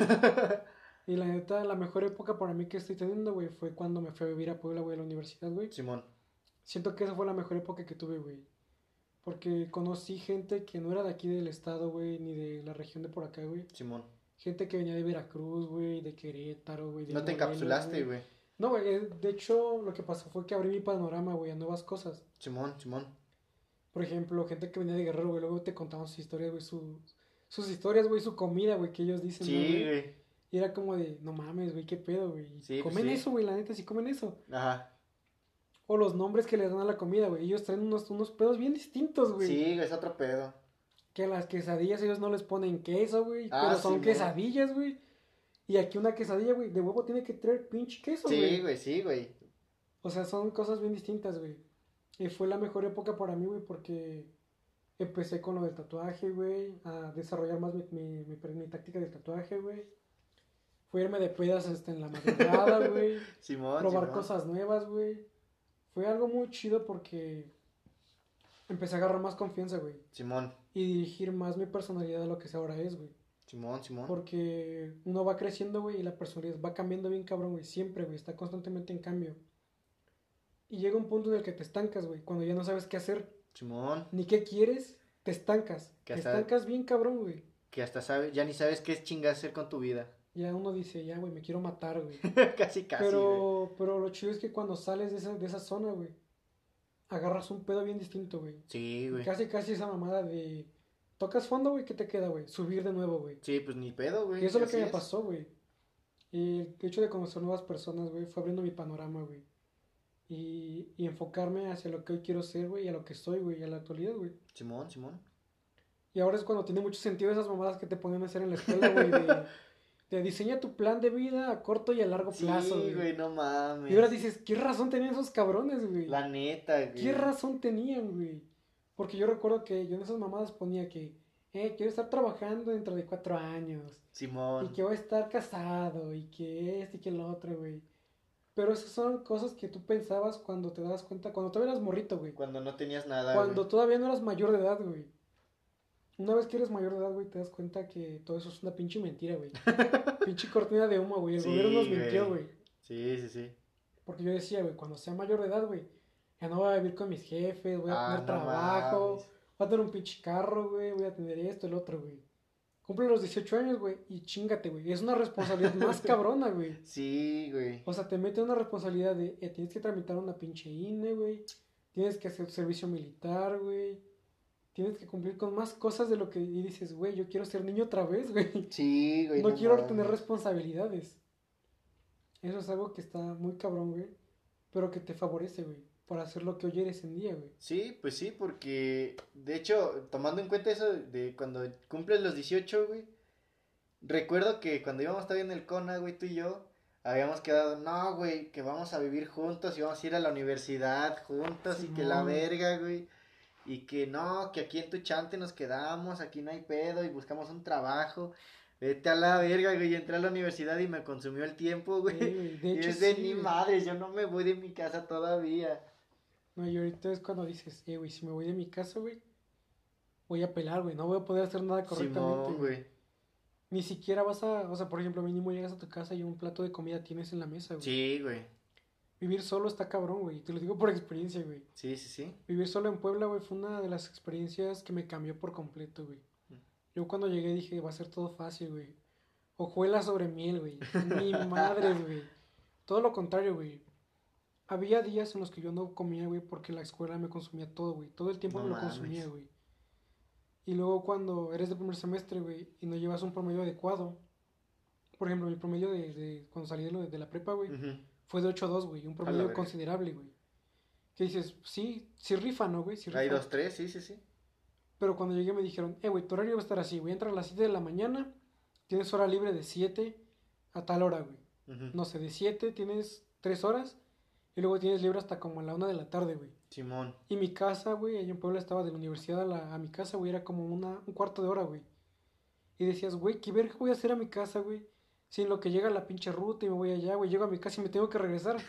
Y la neta, la mejor época para mí que estoy teniendo, güey, fue cuando me fui a vivir a Puebla, güey, a la universidad, güey. Simón. Siento que esa fue la mejor época que tuve, güey. Porque conocí gente que no era de aquí del estado, güey, ni de la región de por acá, güey. Simón. Gente que venía de Veracruz, güey, de Querétaro, güey, de No te Morelos, encapsulaste, güey. güey. No, güey, eh, de hecho, lo que pasó fue que abrí mi panorama, güey, a nuevas cosas. Simón, Simón. Por ejemplo, gente que venía de Guerrero, güey, luego te contaban sus historias, güey, sus, sus historias, güey, su comida, güey, que ellos dicen, ¿no, Sí, güey? güey. Y era como de, no mames, güey, qué pedo, güey. Sí, pues Comen sí. eso, güey, la neta, sí comen eso. Ajá. O los nombres que les dan a la comida, güey. Ellos traen unos, unos pedos bien distintos, güey. Sí, güey, es otro pedo. Que a las quesadillas ellos no les ponen queso, güey. Ah, Pero son Simón. quesadillas, güey. Y aquí una quesadilla, güey, de huevo tiene que traer pinche queso, güey. Sí, güey, sí, güey. O sea, son cosas bien distintas, güey. Y fue la mejor época para mí, güey, porque empecé con lo del tatuaje, güey. A desarrollar más mi, mi, mi, mi táctica del tatuaje, güey. Fue irme de pedas hasta en la madrugada, güey. Simón, Probar Simón. cosas nuevas, güey. Fue algo muy chido porque empecé a agarrar más confianza, güey. Simón. Y dirigir más mi personalidad a lo que se ahora es, güey. Simón, Simón. Porque uno va creciendo, güey, y la personalidad va cambiando bien cabrón, güey. Siempre, güey. Está constantemente en cambio. Y llega un punto en el que te estancas, güey. Cuando ya no sabes qué hacer, Simón. ni qué quieres, te estancas. Que Te hasta- estancas bien cabrón, güey. Que hasta sabes, ya ni sabes qué es chingar hacer con tu vida. Ya uno dice, ya, güey, me quiero matar, güey. Casi, casi, güey. Pero, pero lo chido es que cuando sales de esa, de esa zona, güey, agarras un pedo bien distinto, güey. Sí, güey. Casi, casi esa mamada de... Tocas fondo, güey, ¿qué te queda, güey? Subir de nuevo, güey. Sí, pues ni pedo, güey. Y eso es lo así que me es. pasó, güey. Y el hecho de conocer nuevas personas, güey, fue abriendo mi panorama, güey. Y, y enfocarme hacia lo que hoy quiero ser, güey, y a lo que soy, güey, y a la actualidad, güey. Simón, Simón. Y ahora es cuando tiene mucho sentido esas mamadas que te ponen a hacer en la escuela, güey, de, de diseña tu plan de vida a corto y a largo plazo, Sí, güey. güey, no mames. Y ahora dices, ¿qué razón tenían esos cabrones, güey? La neta, güey. ¿Qué razón tenían, güey? Porque yo recuerdo que yo en esas mamadas ponía que, eh, quiero estar trabajando dentro de cuatro años. Simón. Y que voy a estar casado. Y que este y que lo otro, güey. Pero esas son cosas que tú pensabas cuando te das cuenta, cuando todavía eras morrito, güey. Cuando no tenías nada, Cuando güey. todavía no eras mayor de edad, güey. Una vez que eres mayor de edad, güey, te das cuenta que todo eso es una pinche mentira, güey. Pinche cortina de humo, güey. El Sí, gobierno nos mintió, güey. güey. Sí, sí, sí. Porque yo decía, güey, cuando sea mayor de edad, güey, ya no voy a vivir con mis jefes, voy a Ah, tener no trabajo, mames. voy a tener un pinche carro, güey, voy a tener esto, el otro, güey. Cumple los dieciocho años, güey, y chingate, güey. Es una responsabilidad más cabrona, güey. Sí, güey. O sea, te mete una responsabilidad de, eh, tienes que tramitar una pinche I N E, güey. Tienes que hacer servicio militar, güey. Tienes que cumplir con más cosas de lo que... Y dices, güey, yo quiero ser niño otra vez, güey. Sí, güey. No quiero mames. tener responsabilidades. Eso es algo que está muy cabrón, güey. Pero que te favorece, güey. Para hacer lo que hoy eres en día, güey. Sí, pues sí, porque de hecho, tomando en cuenta eso de cuando cumples los dieciocho, güey, recuerdo que cuando íbamos todavía en el CONA, güey, tú y yo, habíamos quedado, no, güey, que vamos a vivir juntos y vamos a ir a la universidad juntos y que la Simón. verga, güey, y que no, que aquí en tu chante nos quedamos, aquí no hay pedo y buscamos un trabajo. Vete a la verga, güey, entré a la universidad y me consumió el tiempo, güey. Sí, güey. De Y hecho, es de sí, ni güey. madres, yo no me voy de mi casa todavía. No, y ahorita es cuando dices, eh, güey, si me voy de mi casa, güey, voy a pelar, güey. No voy a poder hacer nada correctamente, Simón, güey. güey. Ni siquiera vas a, o sea, por ejemplo, mínimo llegas a tu casa y un plato de comida tienes en la mesa, güey. Sí, güey. Vivir solo está cabrón, güey. Te lo digo por experiencia, güey. Sí, sí, sí. Vivir solo en Puebla, güey, fue una de las experiencias que me cambió por completo, güey. Yo cuando llegué dije, va a ser todo fácil, güey. Hojuelas sobre miel, güey. Ni madres, güey. Todo lo contrario, güey. Había días en los que yo no comía, güey, porque la escuela me consumía todo, güey. Todo el tiempo No me lo mames. consumía, güey. Y luego cuando eres de primer semestre, güey, y no llevas un promedio adecuado, por ejemplo, mi promedio de, de cuando salí de, lo- de la prepa, güey, Ujú. fue de ocho punto dos, güey, un A la promedio verga. considerable, güey. Que dices, sí, sí rifa, ¿no, güey? Sí Hay rifa. dos, tres, sí, sí, sí. Pero cuando llegué me dijeron, eh, güey, tu horario va a estar así, voy a entrar a las siete de la mañana, tienes hora libre de siete a tal hora, güey. Ujú. No sé, de siete tienes tres horas y luego tienes libre hasta como a la una de la tarde, güey. Simón. Y mi casa, güey, allá en Puebla estaba de la universidad a, la, a mi casa, güey, era como una, un cuarto de hora, güey. Y decías, güey, ¿qué verga voy a hacer a mi casa, güey? Si en lo que llega la pinche ruta y me voy allá, güey, llego a mi casa y me tengo que regresar.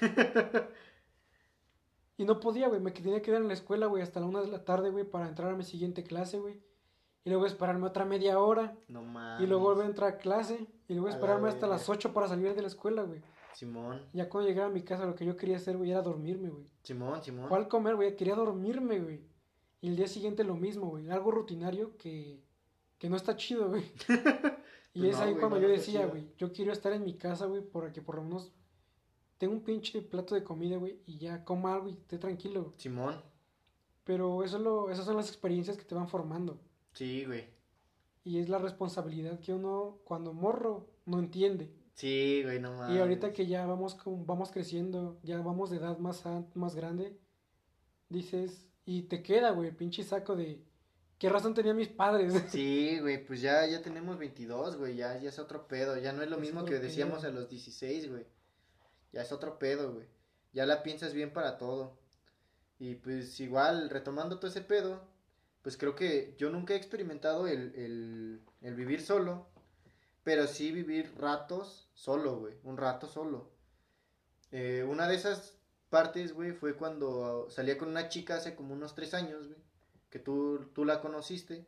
Y no podía, güey, me tenía que quedar en la escuela, güey, hasta la una de la tarde, güey, para entrar a mi siguiente clase, güey. Y luego esperarme otra media hora. No Y luego volver mames. a entrar a clase. Y luego A la esperarme hasta verga. las ocho para salir de la escuela, güey. Simón. Ya cuando llegaba a mi casa, lo que yo quería hacer, güey, era dormirme, güey. Simón, Simón. ¿Cuál comer, güey? Quería dormirme, güey. Y el día siguiente lo mismo, güey. Algo rutinario que, que no está chido, güey. Y Pues es no, ahí güey, cuando no, yo no está decía, chido. güey, yo quiero estar en mi casa, güey, para que por lo menos tenga un pinche plato de comida, güey, y ya coma algo y esté tranquilo, güey. Simón. Pero eso es lo, esas son las experiencias que te van formando. Sí, güey. Y es la responsabilidad que uno, cuando morro, no entiende. Sí, güey, no Y ahorita mames. que ya vamos, con- vamos creciendo, ya vamos de edad más, a- más grande, dices, y te queda, güey, el pinche saco de, ¿qué razón tenían mis padres? Sí, güey, pues ya, ya tenemos veintidós, güey, ya, ya es otro pedo, ya no es lo Es mismo otro que decíamos pedo. a los dieciséis, güey, ya es otro pedo, güey, ya la piensas bien para todo, y pues igual, retomando todo ese pedo, pues creo que yo nunca he experimentado el, el, el vivir solo, pero sí vivir ratos solo, güey, un rato solo. Eh, una de esas partes, güey, fue cuando salía con una chica hace como unos tres años, güey, que tú, tú la conociste.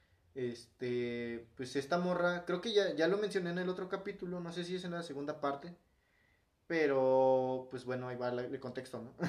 Este, pues esta morra, creo que ya, ya lo mencioné en el otro capítulo, no sé si es en la segunda parte, pero pues bueno, ahí va la- el contexto, ¿no?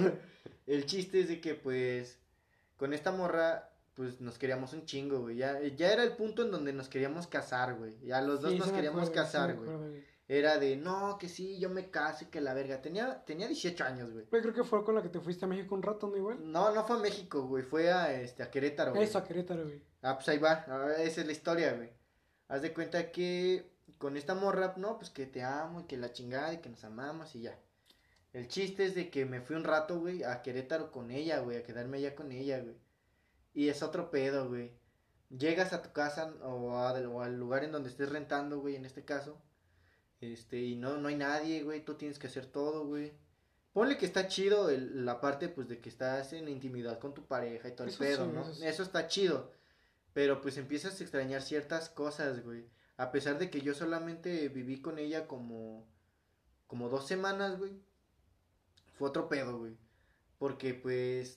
El chiste es de que pues con esta morra pues nos queríamos un chingo, güey, ya, ya era el punto en donde nos queríamos casar, güey, ya los dos Sí, sí nos me queríamos acuerdo, güey, sí me casar, güey. acuerdo, güey. Era de, no, que sí, yo me caso y que la verga. Tenía, tenía dieciocho años, güey. Güey, creo que fue con la que te fuiste a México un rato, ¿no? Igual. No, no fue a México, güey, fue a, este, a Querétaro, güey. Eso, a Querétaro, güey. Ah, pues ahí va, ah, esa es la historia, güey. Haz de cuenta que con esta morra, no, pues que te amo y que la chingada y que nos amamos y ya. El chiste es de que me fui un rato, güey, a Querétaro con ella, güey, a quedarme allá con ella, güey. Y es otro pedo, güey. Llegas a tu casa o, a- o al lugar en donde estés rentando, güey, en este caso. Este, y no, no hay nadie, güey, tú tienes que hacer todo, güey. Ponle que está chido el- la parte, pues, de que estás en intimidad con tu pareja y todo el Eso sí, pedo, güey, ¿no? eso sí. Eso está chido. Pero pues empiezas a extrañar ciertas cosas, güey. A pesar de que yo solamente viví con ella como, como dos semanas, güey. Fue otro pedo, güey. Porque pues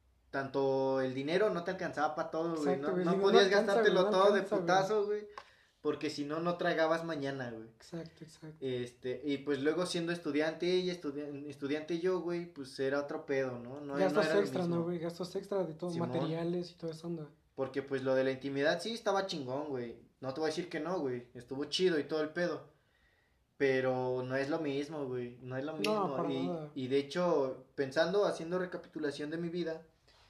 tanto el dinero no te alcanzaba para todo, güey. Exacto, No, güey. no Digo, no podías alcanza, güey, no gastártelo todo de alcanza, güey. putazo, güey. Porque si no, no tragabas mañana, güey. Exacto, exacto. Este, y pues luego siendo estudiante ella, estudi- estudiante yo, güey, pues era otro pedo, ¿no? No, no Gastos era lo extra, ¿no, mismo. güey? Gastos extra de todo, Simón. materiales y toda esa onda. Porque pues lo de la intimidad sí estaba chingón, güey. No te voy a decir que no, güey. Estuvo chido y todo el pedo. Pero no es lo mismo, güey. No es lo No, mismo. para Y, nada. y de hecho, pensando, haciendo recapitulación de mi vida,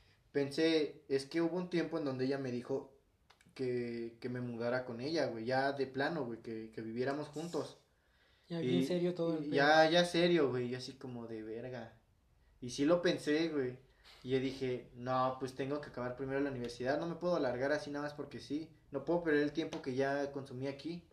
pensé, es que hubo un tiempo en donde ella me dijo que, que me mudara con ella, güey. Ya de plano, güey, que, que viviéramos juntos. Ya bien Y, serio todo el y pedo. ya, ya serio, güey. Yo así como de verga. Y sí lo pensé, güey. Y yo dije, no, pues tengo que acabar primero la universidad. No me puedo alargar así nada más porque sí. No puedo perder el tiempo que ya consumí aquí.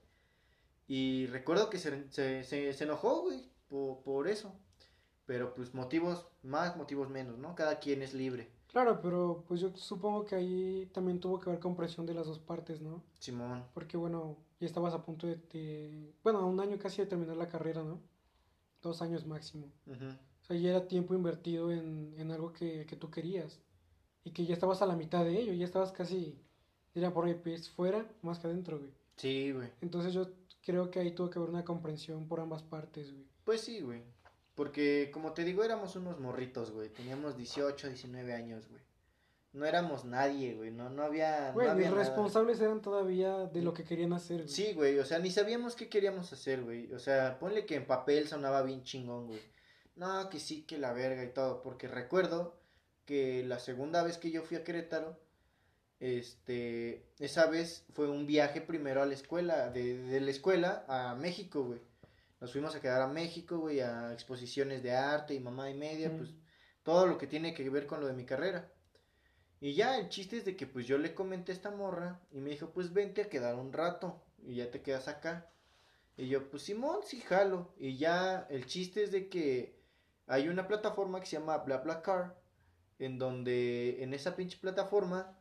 Y recuerdo que se, se, se, se enojó, güey, por, por eso. Pero pues motivos más, motivos menos, ¿no? Cada quien es libre. Claro, pero pues yo supongo que ahí también tuvo que ver con presión de las dos partes, ¿no? Simón. Porque bueno, ya estabas a punto de, de- bueno, a un año casi de terminar la carrera, ¿no? Dos años máximo. Ujú. O sea, ya era tiempo invertido en, en algo que, que tú querías. Y que ya estabas a la mitad de ello, ya estabas casi, diría por ahí, pies fuera, más que adentro, güey. Sí, güey. Entonces yo creo que ahí tuvo que haber una comprensión por ambas partes, güey. Pues sí, güey. Porque como te digo, éramos unos morritos, güey. Teníamos dieciocho diecinueve años, güey. No éramos nadie, güey. No, no había, no Güey, ni había nada. responsables eran todavía de lo que querían hacer, güey. Sí, güey, o sea, ni sabíamos qué queríamos hacer, güey. O sea, ponle que en papel sonaba bien chingón, güey. No, que sí, que la verga y todo. Porque recuerdo que la segunda vez que yo fui a Querétaro, Este, esa vez fue un viaje primero a la escuela, de, de la escuela a México, güey. Nos fuimos a quedar a México, güey, a exposiciones de arte y mamá y media, Mm. pues todo lo que tiene que ver con lo de mi carrera. Y ya, el chiste es de que pues yo le comenté a esta morra y me dijo, pues vente a quedar un rato y ya te quedas acá. Y yo, pues Simón, sí jalo. Y ya, el chiste es de que hay una plataforma que se llama BlaBlaCar, en donde en esa pinche plataforma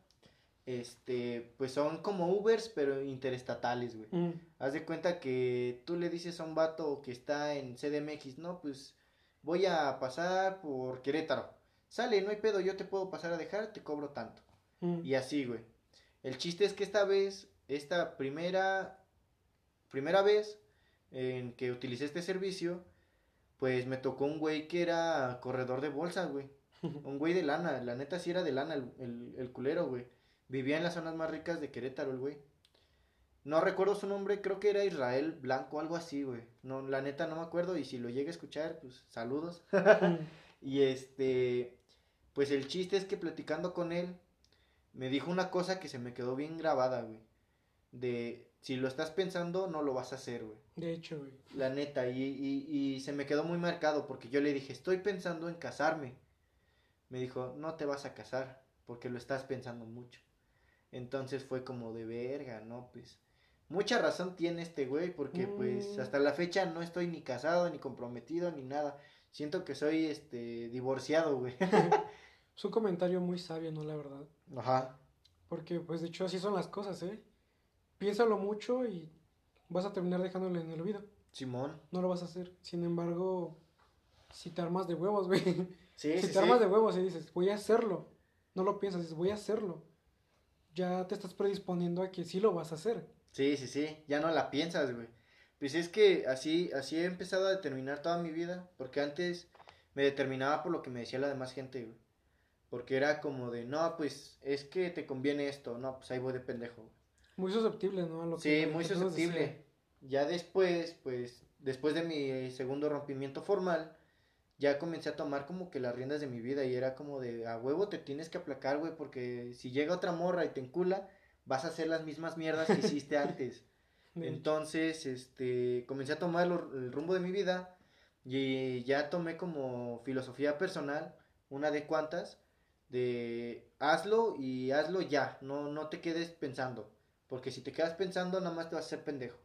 este, pues son como Ubers, pero interestatales, güey. Mm. Haz de cuenta que tú le dices a un vato que está en C D M X, no, pues voy a pasar por Querétaro. Sale, no hay pedo, yo te puedo pasar a dejar, te cobro tanto. Mm. Y así, güey. El chiste es que esta vez, esta primera, primera vez en que utilicé este servicio, pues me tocó un güey que era corredor de bolsa, güey. Un güey de lana, la neta sí era de lana el, el, el culero, güey. Vivía en las zonas más ricas de Querétaro, el güey. No recuerdo su nombre, creo que era Israel Blanco, algo así, güey. No, la neta no me acuerdo y si lo llega a escuchar, pues saludos. Mm. Y este, pues el chiste es que platicando con él, me dijo una cosa que se me quedó bien grabada, güey. De, si lo estás pensando, no lo vas a hacer, güey. De hecho, güey. La neta, y, y, y se me quedó muy marcado porque yo le dije, estoy pensando en casarme. Me dijo, no te vas a casar porque lo estás pensando mucho. Entonces fue como de verga, ¿no? Pues mucha razón tiene este güey porque pues Mm. hasta la fecha no estoy ni casado, ni comprometido, ni nada. Siento que soy este divorciado, güey. Es un comentario muy sabio, ¿no? La verdad. Ajá. Porque, pues, de hecho, así son las cosas, ¿eh? Piénsalo mucho y vas a terminar dejándolo en el olvido. Simón. No lo vas a hacer. Sin embargo, si te armas de huevos, güey. Sí, Si sí, te armas sí. de huevos y dices, voy a hacerlo. No lo piensas, dices, voy a hacerlo. Ya te estás predisponiendo a que sí lo vas a hacer. Sí, sí, sí. Ya no la piensas, güey. Pues es que así, así he empezado a determinar toda mi vida. Porque antes me determinaba por lo que me decía la demás gente, güey. Porque era como de, no, pues es que te conviene esto. No, pues ahí voy de pendejo, güey. Muy susceptible, ¿no? A lo que Sí, las muy personas deciden. susceptible. Ya después, pues, después de mi segundo rompimiento formal, ya comencé a tomar como que las riendas de mi vida y era como de, a huevo te tienes que aplacar, güey, porque si llega otra morra y te encula, vas a hacer las mismas mierdas que hiciste antes. De hecho. Entonces, este, comencé a tomar lo- el rumbo de mi vida y ya tomé como filosofía personal, una de cuantas, de hazlo y hazlo ya, no, no te quedes pensando, porque si te quedas pensando nada más te vas a hacer pendejo.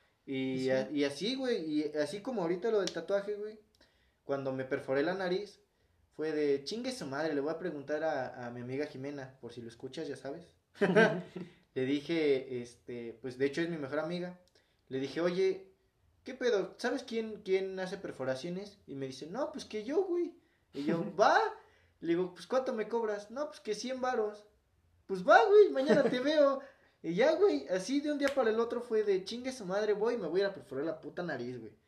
Y Y, a- sí. y así, güey, y así como ahorita lo del tatuaje, güey, cuando me perforé la nariz, fue de chingue su madre, le voy a preguntar a, a mi amiga Jimena, por si lo escuchas, ya sabes. Le dije, este, pues de hecho es mi mejor amiga. Le dije, oye, ¿qué pedo? ¿Sabes quién, quién hace perforaciones? Y me dice, no, pues que yo, güey. Y yo, va. Le digo, pues ¿cuánto me cobras? No, pues que cien varos. Pues va, güey, mañana te veo. Y ya, güey, así de un día para el otro fue de chingue su madre, voy, me voy a ir a perforar la puta nariz, güey.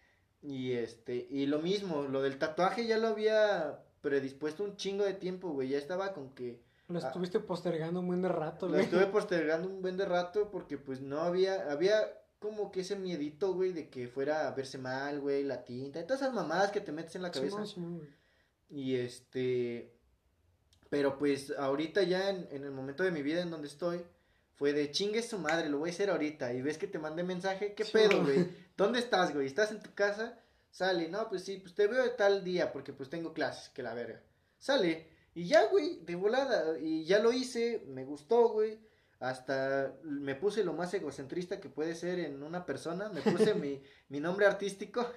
Y este, y lo mismo, lo del tatuaje ya lo había predispuesto un chingo de tiempo, güey. Ya estaba con que Lo ah, estuviste postergando un buen de rato, lo güey. estuve postergando un buen de rato porque pues no había, había como que ese miedito, güey, de que fuera a verse mal, güey, la tinta, y todas esas mamadas que te metes en la Simón, cabeza. Simón, güey. Y este, pero pues ahorita ya en, en el momento de mi vida en donde estoy, fue de chingue su madre, lo voy a hacer ahorita. Y ves que te mandé mensaje, ¿qué pedo, Simón. güey? ¿Dónde estás, güey? ¿Estás en tu casa? Sale, no, pues sí, pues te veo de tal día porque pues tengo clases, que la verga. Sale, y ya, güey, de volada. Y ya lo hice, me gustó, güey. Hasta me puse lo más egocentrista que puede ser en una persona. Me puse mi, mi nombre artístico.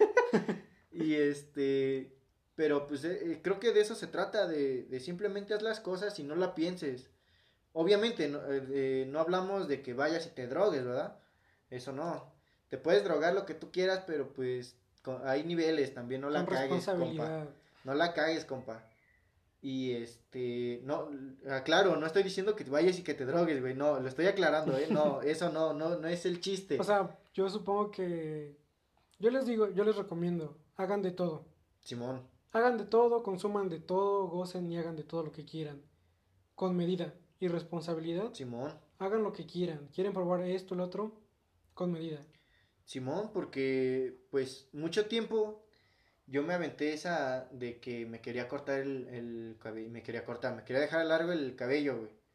Y este, pero pues eh, eh, creo que de eso se trata, de, de simplemente haz las cosas y no la pienses. Obviamente, no, eh, eh, no hablamos de que vayas y te drogues, ¿verdad? Eso no. Te puedes drogar lo que tú quieras, pero pues co- hay niveles, también no Con la cagues, compa. responsabilidad. No la cagues, compa. Y este, no, aclaro, no estoy diciendo que vayas y que te drogues, güey, no, lo estoy aclarando, ¿eh? No, eso no, no, no es el O chiste. sea, yo supongo que. Yo les digo, yo les recomiendo, hagan de todo. Simón, Hagan de todo, consuman de todo, gocen y hagan de todo lo que quieran. Con medida y responsabilidad, Simón. hagan lo que quieran. ¿Quieren probar esto, lo otro? Con medida. Simón, porque pues mucho tiempo yo me aventé esa de que me quería cortar el, el cabello, me quería cortar, me quería dejar largo el cabello, güey.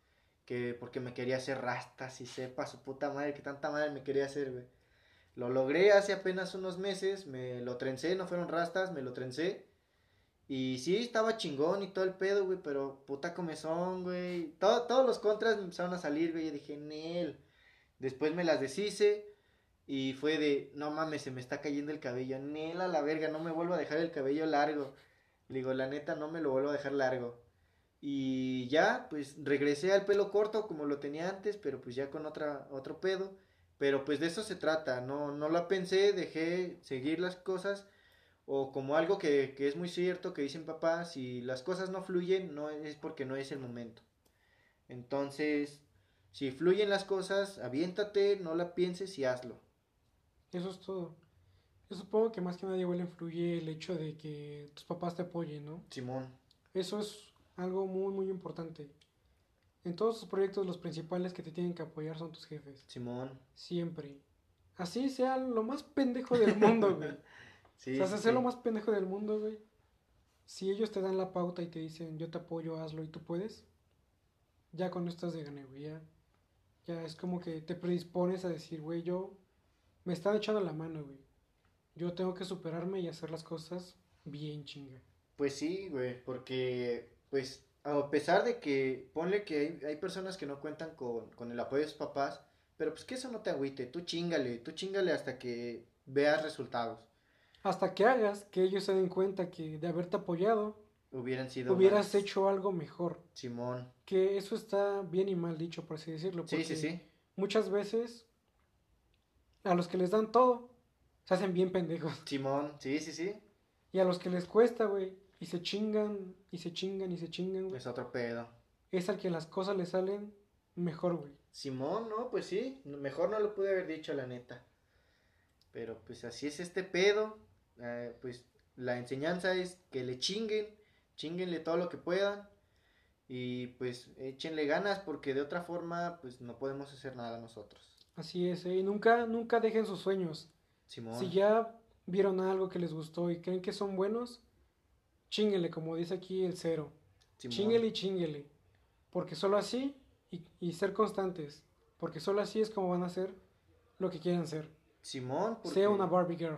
que porque me quería hacer rastas y sepa su puta madre que tanta madre me quería hacer, güey. Lo logré hace apenas unos meses, me lo trencé, no fueron rastas, me lo trencé. Y sí, estaba chingón y todo el pedo, güey, pero puta comezón, güey. Todo, todos los contras me empezaron a salir, güey, y dije, Nel. Después me las deshice y fue de, no mames, se me está cayendo el cabello. Nel a la verga, no me vuelvo a dejar el cabello largo. Le digo, la neta, no me lo vuelvo a dejar largo. Y ya, pues regresé al pelo corto como lo tenía antes, pero pues ya con otra, otro pedo. Pero pues de eso se trata, no, no la pensé, dejé seguir las cosas. O como algo que, que es muy cierto que dicen papá, si las cosas no fluyen, no es porque no es el momento. Entonces, si fluyen las cosas, aviéntate, no la pienses y hazlo. Eso es todo. Yo supongo que más que nada igual influye el hecho de que tus papás te apoyen, ¿no? Simón, Eso es algo muy, muy importante. En todos tus proyectos los principales que te tienen que apoyar son tus jefes. Simón. Siempre. Así sea lo más pendejo del mundo, güey. O Sí, sea, sí, se sea lo sí. más pendejo del mundo, güey. Si ellos te dan la pauta y te dicen, yo te apoyo, hazlo y tú puedes, ya con esto estás de gane, güey. Ya, ya es como que te predispones a decir, güey, yo me están echando la mano, güey. Yo tengo que superarme y hacer las cosas bien chinga. Pues sí, güey, porque, pues, a pesar de que, ponle que hay, hay personas que no cuentan con, con el apoyo de sus papás, pero pues que eso no te agüite, tú chingale, tú chingale hasta que veas resultados. Hasta que hagas que ellos se den cuenta que de haberte apoyado, Hubieran sido hubieras más hecho algo mejor. Simón. Que eso está bien y mal dicho, por así decirlo, Sí, sí, porque sí. muchas veces a los que les dan todo se hacen bien pendejos. Simón, sí, sí, sí. Y a los que les cuesta, güey, y se chingan, y se chingan, y se chingan, güey, Es otro pedo. es al que las cosas le salen mejor, güey. Simón, no, pues sí, mejor no lo pude haber dicho, la neta. Pero pues así es este pedo. Eh, pues la enseñanza es que le chinguen, chinguenle todo lo que puedan. Y pues échenle ganas porque de otra forma pues no podemos hacer nada nosotros. Así es, ¿eh? Y nunca, nunca dejen sus sueños. Si Simón, ya vieron algo que les gustó y creen que son buenos, chinguele, como dice aquí el cero. Simón, Chinguele y chinguele. Porque solo así, y, y ser constantes, porque solo así es como van a ser lo que quieren ser. Simón, Sea una porque... Barbie Girl.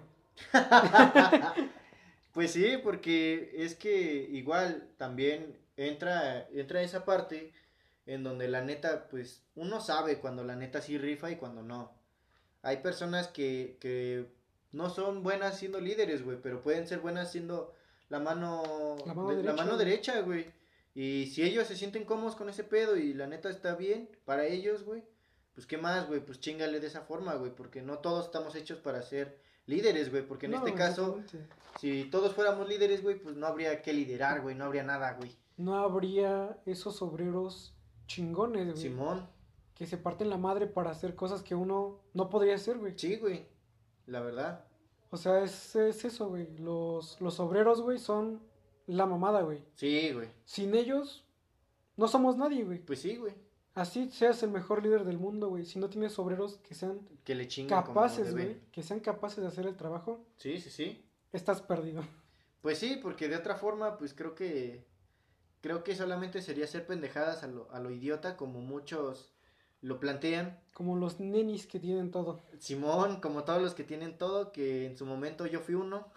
Pues sí, porque es que igual también entra, entra esa parte en donde la neta, pues uno sabe cuando la neta sí rifa y cuando no. Hay personas que, que no son buenas siendo líderes, güey, pero pueden ser buenas siendo la mano, La mano de- la derecha, mano güey. derecha, güey. Y si ellos se sienten cómodos con ese pedo y la neta está bien para ellos, güey, pues qué más, güey, pues chingale de esa forma, güey, porque no todos estamos hechos para ser líderes, güey, porque en No, este caso, exactamente. si todos fuéramos líderes, güey, pues no habría que liderar, güey, no habría nada, güey. No habría esos obreros chingones, güey. Simón, Que se parten la madre para hacer cosas que uno no podría hacer, güey. sí, güey, la verdad. O sea, es, es eso, güey. Los, los obreros, güey, son la mamada, güey. Sí, güey, Sin ellos, no somos nadie, güey. pues sí, güey, Así seas el mejor líder del mundo, güey. Si no tienes obreros que sean que le chinguen como capaces, deben. güey, que sean capaces de hacer el trabajo, Sí, sí, sí. estás perdido. Pues sí, porque de otra forma, pues creo que creo que solamente sería hacer pendejadas a lo, a lo idiota como muchos lo plantean. Como los nenis que tienen todo. Simón, como todos los que tienen todo, que en su momento yo fui uno,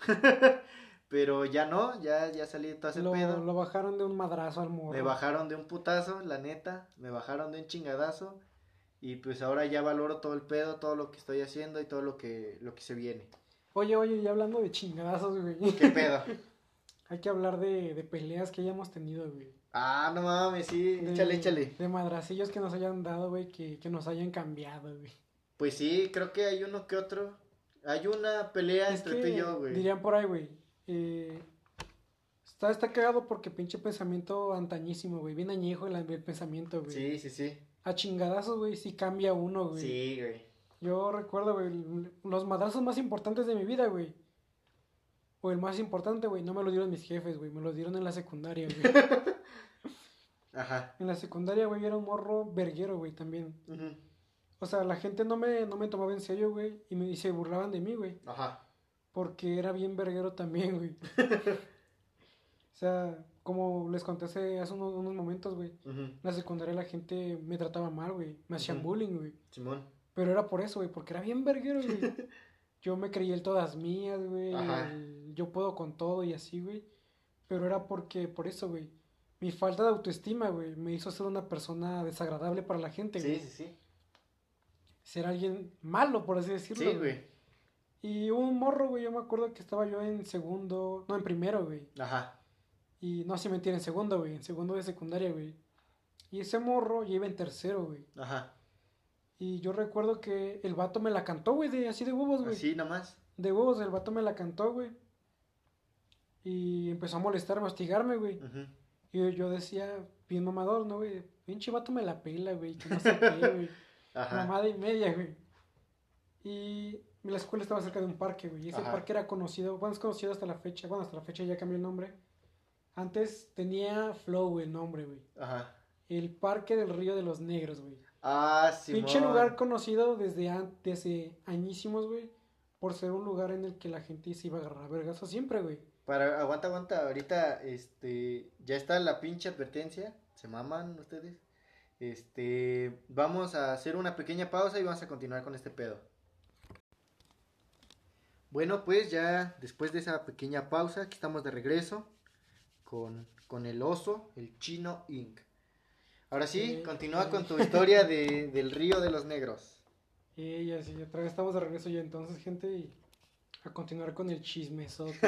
pero ya no, ya ya salí de todo ese Lo, pedo. lo bajaron de un madrazo al morro. Me bajaron de un putazo, la neta, me bajaron de un chingadazo y pues ahora ya valoro todo el pedo, todo lo que estoy haciendo y todo lo que lo que se viene. Oye, oye, ya hablando de chingadazos, güey. ¿Qué pedo? Hay que hablar de, de peleas que hayamos tenido, güey. Ah, no mames, sí, De, échale, échale. de madracillos que nos hayan dado, güey, que, que nos hayan cambiado, güey. Pues sí, creo que hay uno que otro. Hay una pelea Es entre tú y que yo, güey. dirían por ahí, güey. Eh, está, está cagado porque pinche pensamiento antañísimo, güey. Bien añejo el, el pensamiento, güey. Sí, sí, sí. A chingadazos, güey, sí cambia uno, güey. Sí, güey. Yo recuerdo, güey, l- los madrazos más importantes de mi vida, güey. O el más importante, güey, no me lo dieron mis jefes, güey. Me lo dieron en la secundaria, güey. Ajá. En la secundaria, güey, era un morro verguero, güey, también. Ujú. O sea, la gente no me, no me tomaba en serio, güey. Y, me, y se burlaban de mí, güey. Ajá. Porque era bien verguero también, güey. O sea, como les conté hace, hace unos, unos momentos, güey. Ujú. En la secundaria la gente me trataba mal, güey. Me hacían Ujú. bullying, güey. Simón. Pero era por eso, güey, porque era bien verguero, güey. Yo me creí el todas mías, güey. Ajá. El yo puedo con todo y así, güey. Pero era porque, por eso, güey. Mi falta de autoestima, güey, me hizo ser una persona desagradable para la gente, Sí, güey. sí, sí. Ser alguien malo, por así decirlo, Sí, güey. güey. Y hubo un morro, güey, yo me acuerdo que estaba yo en segundo, no, en primero, güey. Ajá. Y no, si mentira, en segundo, güey, en segundo de secundaria, güey. Y ese morro ya iba en tercero, güey. Ajá. Y yo recuerdo que el vato me la cantó, güey, de, así de huevos, güey. Así nomás. De huevos, el vato me la cantó, güey. Y empezó a molestarme, a hostigarme, güey. Ujú. Y yo, yo decía, bien mamador, ¿no, güey? Pinche vato me la pela, güey, que no sé qué, güey. Ajá. Mamada y media, güey. Y la escuela estaba cerca de un parque, güey. Y ese Ajá. parque era conocido, bueno, es conocido hasta la fecha. Bueno, hasta la fecha ya cambió el nombre. Antes tenía Flow, güey, el nombre, güey. Ajá. El Parque del Río de los Negros, güey. Ah, Simón. Pinche lugar conocido desde antes, desde añísimos, güey. Por ser un lugar en el que la gente se iba a agarrar a vergazo siempre, güey. Para, aguanta, aguanta. Ahorita, este, ya está la pinche advertencia. Se maman ustedes. Este, vamos a hacer una pequeña pausa y vamos a continuar con este pedo. Bueno, pues ya después de esa pequeña pausa, aquí estamos de regreso con, con el oso, el Chino incorporated. Ahora sí, Eh, continúa eh. con tu historia de, del Río de los Negros. Y así, otra vez estamos de regreso ya entonces, gente, y a continuar con el chismesote.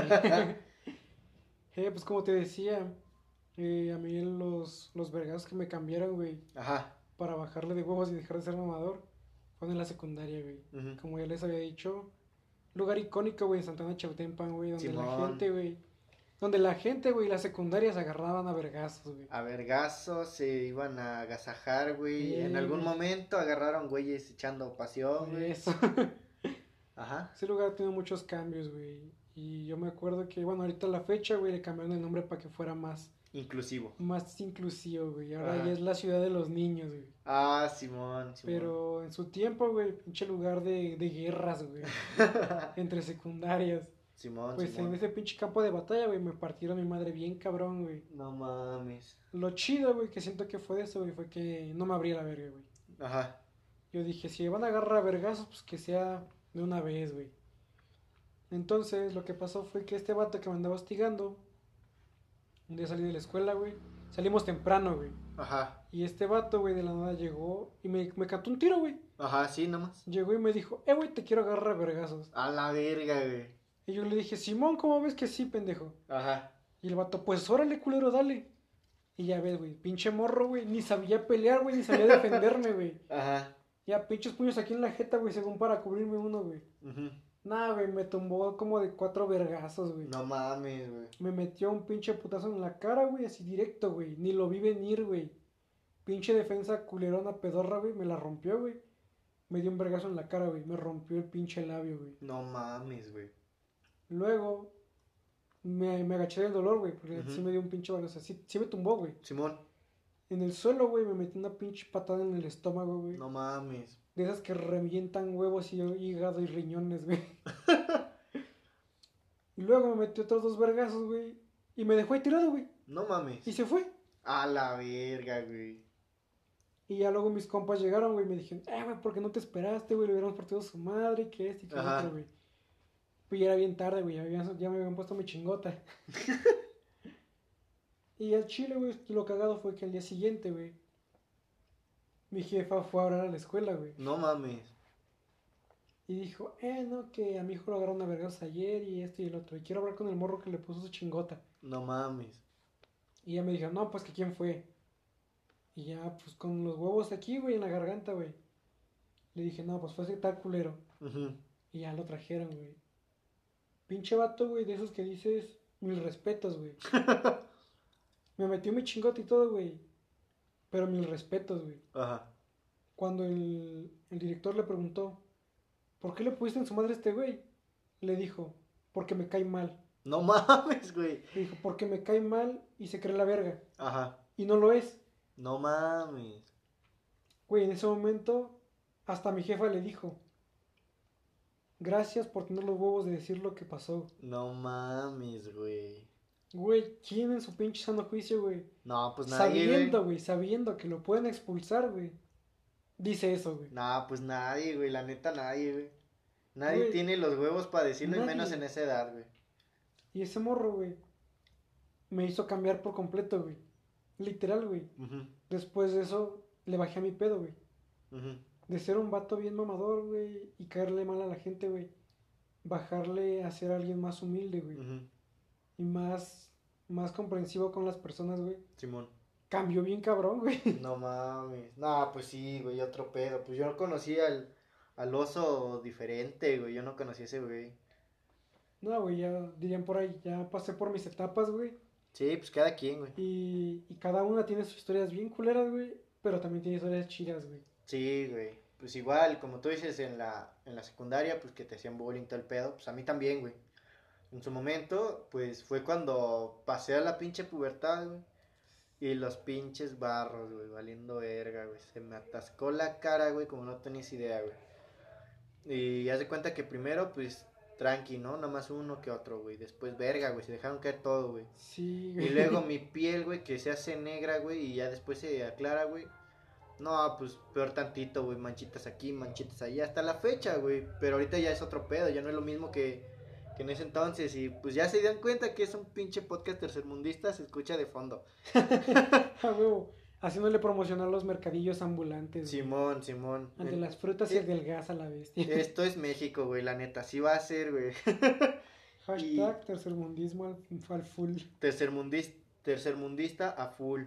eh, pues como te decía, eh, a mí los, los vergazos que me cambiaron, güey, Ajá. para bajarle de huevos y dejar de ser mamador, fueron en la secundaria, güey. Ujú. Como ya les había dicho, lugar icónico, güey, en Santana Chautempan, güey, donde la Simón. gente, güey, donde la gente, güey, las secundarias se agarraban a vergazos, güey. A vergazos se iban a agasajar, güey. Sí, En algún güey. momento agarraron güeyes echando pasión, güey. Eso. Ajá. Ese lugar tiene muchos cambios, güey. Y yo me acuerdo que, bueno, ahorita a la fecha, güey, le cambiaron el nombre para que fuera más, Inclusivo. más inclusivo, güey. Ahora Ajá. ya es la ciudad de los niños, güey. Ah, Simón, Simón. Pero en su tiempo, güey, pinche lugar de, de guerras, güey. Entre secundarias. Simón, Pues Simón. en ese pinche campo de batalla, güey, me partieron mi madre bien cabrón, güey. No mames. Lo chido, güey, que siento que fue de eso, güey, fue que no me abría la verga, güey. Ajá. Yo dije, si van a agarrar a vergazos, pues que sea de una vez, güey. Entonces, lo que pasó fue que este vato que me andaba hostigando, un día salí de la escuela, güey. Salimos temprano, güey. Ajá. Y este vato, güey, de la nada llegó y me, me cantó un tiro, güey. Ajá, sí, nomás. Llegó y me dijo, eh, güey, te quiero agarrar a vergazos. A la verga, güey. Y yo le dije, Simón, ¿cómo ves que sí, pendejo? Ajá. Y el vato, pues órale, culero, dale. Y ya ves, güey, pinche morro, güey, ni sabía pelear, güey, ni sabía defenderme, güey. Ajá. Ya, pinches puños aquí en la jeta, güey, según para cubrirme uno, güey. Ujú. Nah, güey, me tumbó como de cuatro vergazos, güey. No mames, güey. Me metió un pinche putazo en la cara, güey, así directo, güey. Ni lo vi venir, güey. Pinche defensa culerona pedorra, güey, me la rompió, güey. Me dio un vergazo en la cara, güey. Me rompió el pinche labio, güey. No mames, güey. Luego me, me agaché del dolor, güey, porque Ujú. sí me dio un pinche vergazo. Sí, sí me tumbó, güey. Simón. En el suelo, güey, me metí una pinche patada en el estómago, güey. No mames. De esas que revientan huevos y hígado y riñones, güey. Y luego me metió otros dos vergazos, güey. Y me dejó ahí tirado, güey. No mames. Y se fue. A la verga, güey. Y ya luego mis compas llegaron, güey, y me dijeron, eh, güey, ¿por qué no te esperaste, güey? Le hubiéramos partido a su madre, que este y que Ajá. otro, güey. Pues ya era bien tarde, güey, ya, me habían- ya me habían puesto mi chingota. Y al chile, güey, lo cagado fue que al día siguiente, güey, mi jefa fue a hablar a la escuela, güey. No mames. Y dijo, eh, no, que a mi hijo lo agarraron a vergas ayer y esto y el otro. Y quiero hablar con el morro que le puso su chingota. No mames. Y ella me dijo, no, pues que quién fue. Y ya, pues con los huevos aquí, güey, en la garganta, güey. Le dije, no, pues fue ese tal culero. Ujú. Y ya lo trajeron, güey. Pinche vato, güey, de esos que dices, mil respetos, güey. Me metió mi chingote y todo, güey. Pero mil respetos, güey. Ajá. Cuando el, el director le preguntó, ¿por qué le pusiste en su madre a este güey? Le dijo, porque me cae mal. No mames, güey. Le dijo, porque me cae mal y se cree la verga. Ajá. Y no lo es. No mames. Güey, en ese momento, hasta mi jefa le dijo, gracias por tener los huevos de decir lo que pasó. No mames, güey. Güey, ¿quién en su pinche sano juicio, güey? No, pues nadie, Sabiendo, güey. güey, sabiendo que lo pueden expulsar, güey. Dice eso, güey. No, pues nadie, güey, la neta nadie, güey. Nadie Güey, tiene los huevos para decirlo y menos en nadie. esa edad, güey. Y ese morro, güey, me hizo cambiar por completo, güey. Literal, güey. Ujú, Después de eso, le bajé a mi pedo, güey. ujú, De ser un vato bien mamador, güey, y caerle mal a la gente, güey. Bajarle a ser alguien más humilde, güey. ujú. Y más, más comprensivo con las personas, güey. Simón. Cambió bien cabrón, güey. No mames. No, pues sí, güey, otro pedo. Pues yo no conocía al, al oso diferente, güey. Yo no conocía a ese güey. No, güey, ya dirían por ahí, ya pasé por mis etapas, güey. Sí, pues cada quien, güey. Y, y cada una tiene sus historias bien culeras, güey. Pero también tiene historias chidas, güey. Sí, güey. Pues igual, como tú dices, en la, en la secundaria, pues que te hacían bullying todo el pedo. Pues a mí también, güey. En su momento, pues fue cuando pasé a la pinche pubertad, güey. Y los pinches barros, güey, valiendo verga, güey. Se me atascó la cara, güey, como no tenías idea, güey. Y haz de cuenta que primero, pues, tranqui, ¿no? Nada más uno que otro, güey. Después, verga, güey, se dejaron caer todo, güey. Sí, Y güey. luego mi piel, güey, que se hace negra, güey, y ya después se aclara, güey. No, pues peor tantito, güey, manchitas aquí, manchitas allá, hasta la fecha, güey. Pero ahorita ya es otro pedo, ya no es lo mismo que, que en ese entonces. Y pues ya se dan cuenta que es un pinche podcast tercermundista, se escucha de fondo. A huevo. Haciéndole promocionar los mercadillos ambulantes, güey. Simón, Simón. Ante En- las frutas y eh, el del gas a la bestia. esto es México, güey, la neta, sí va a ser, güey. Y Hashtag tercermundismo al, al full. tercermundista, tercermundista a full.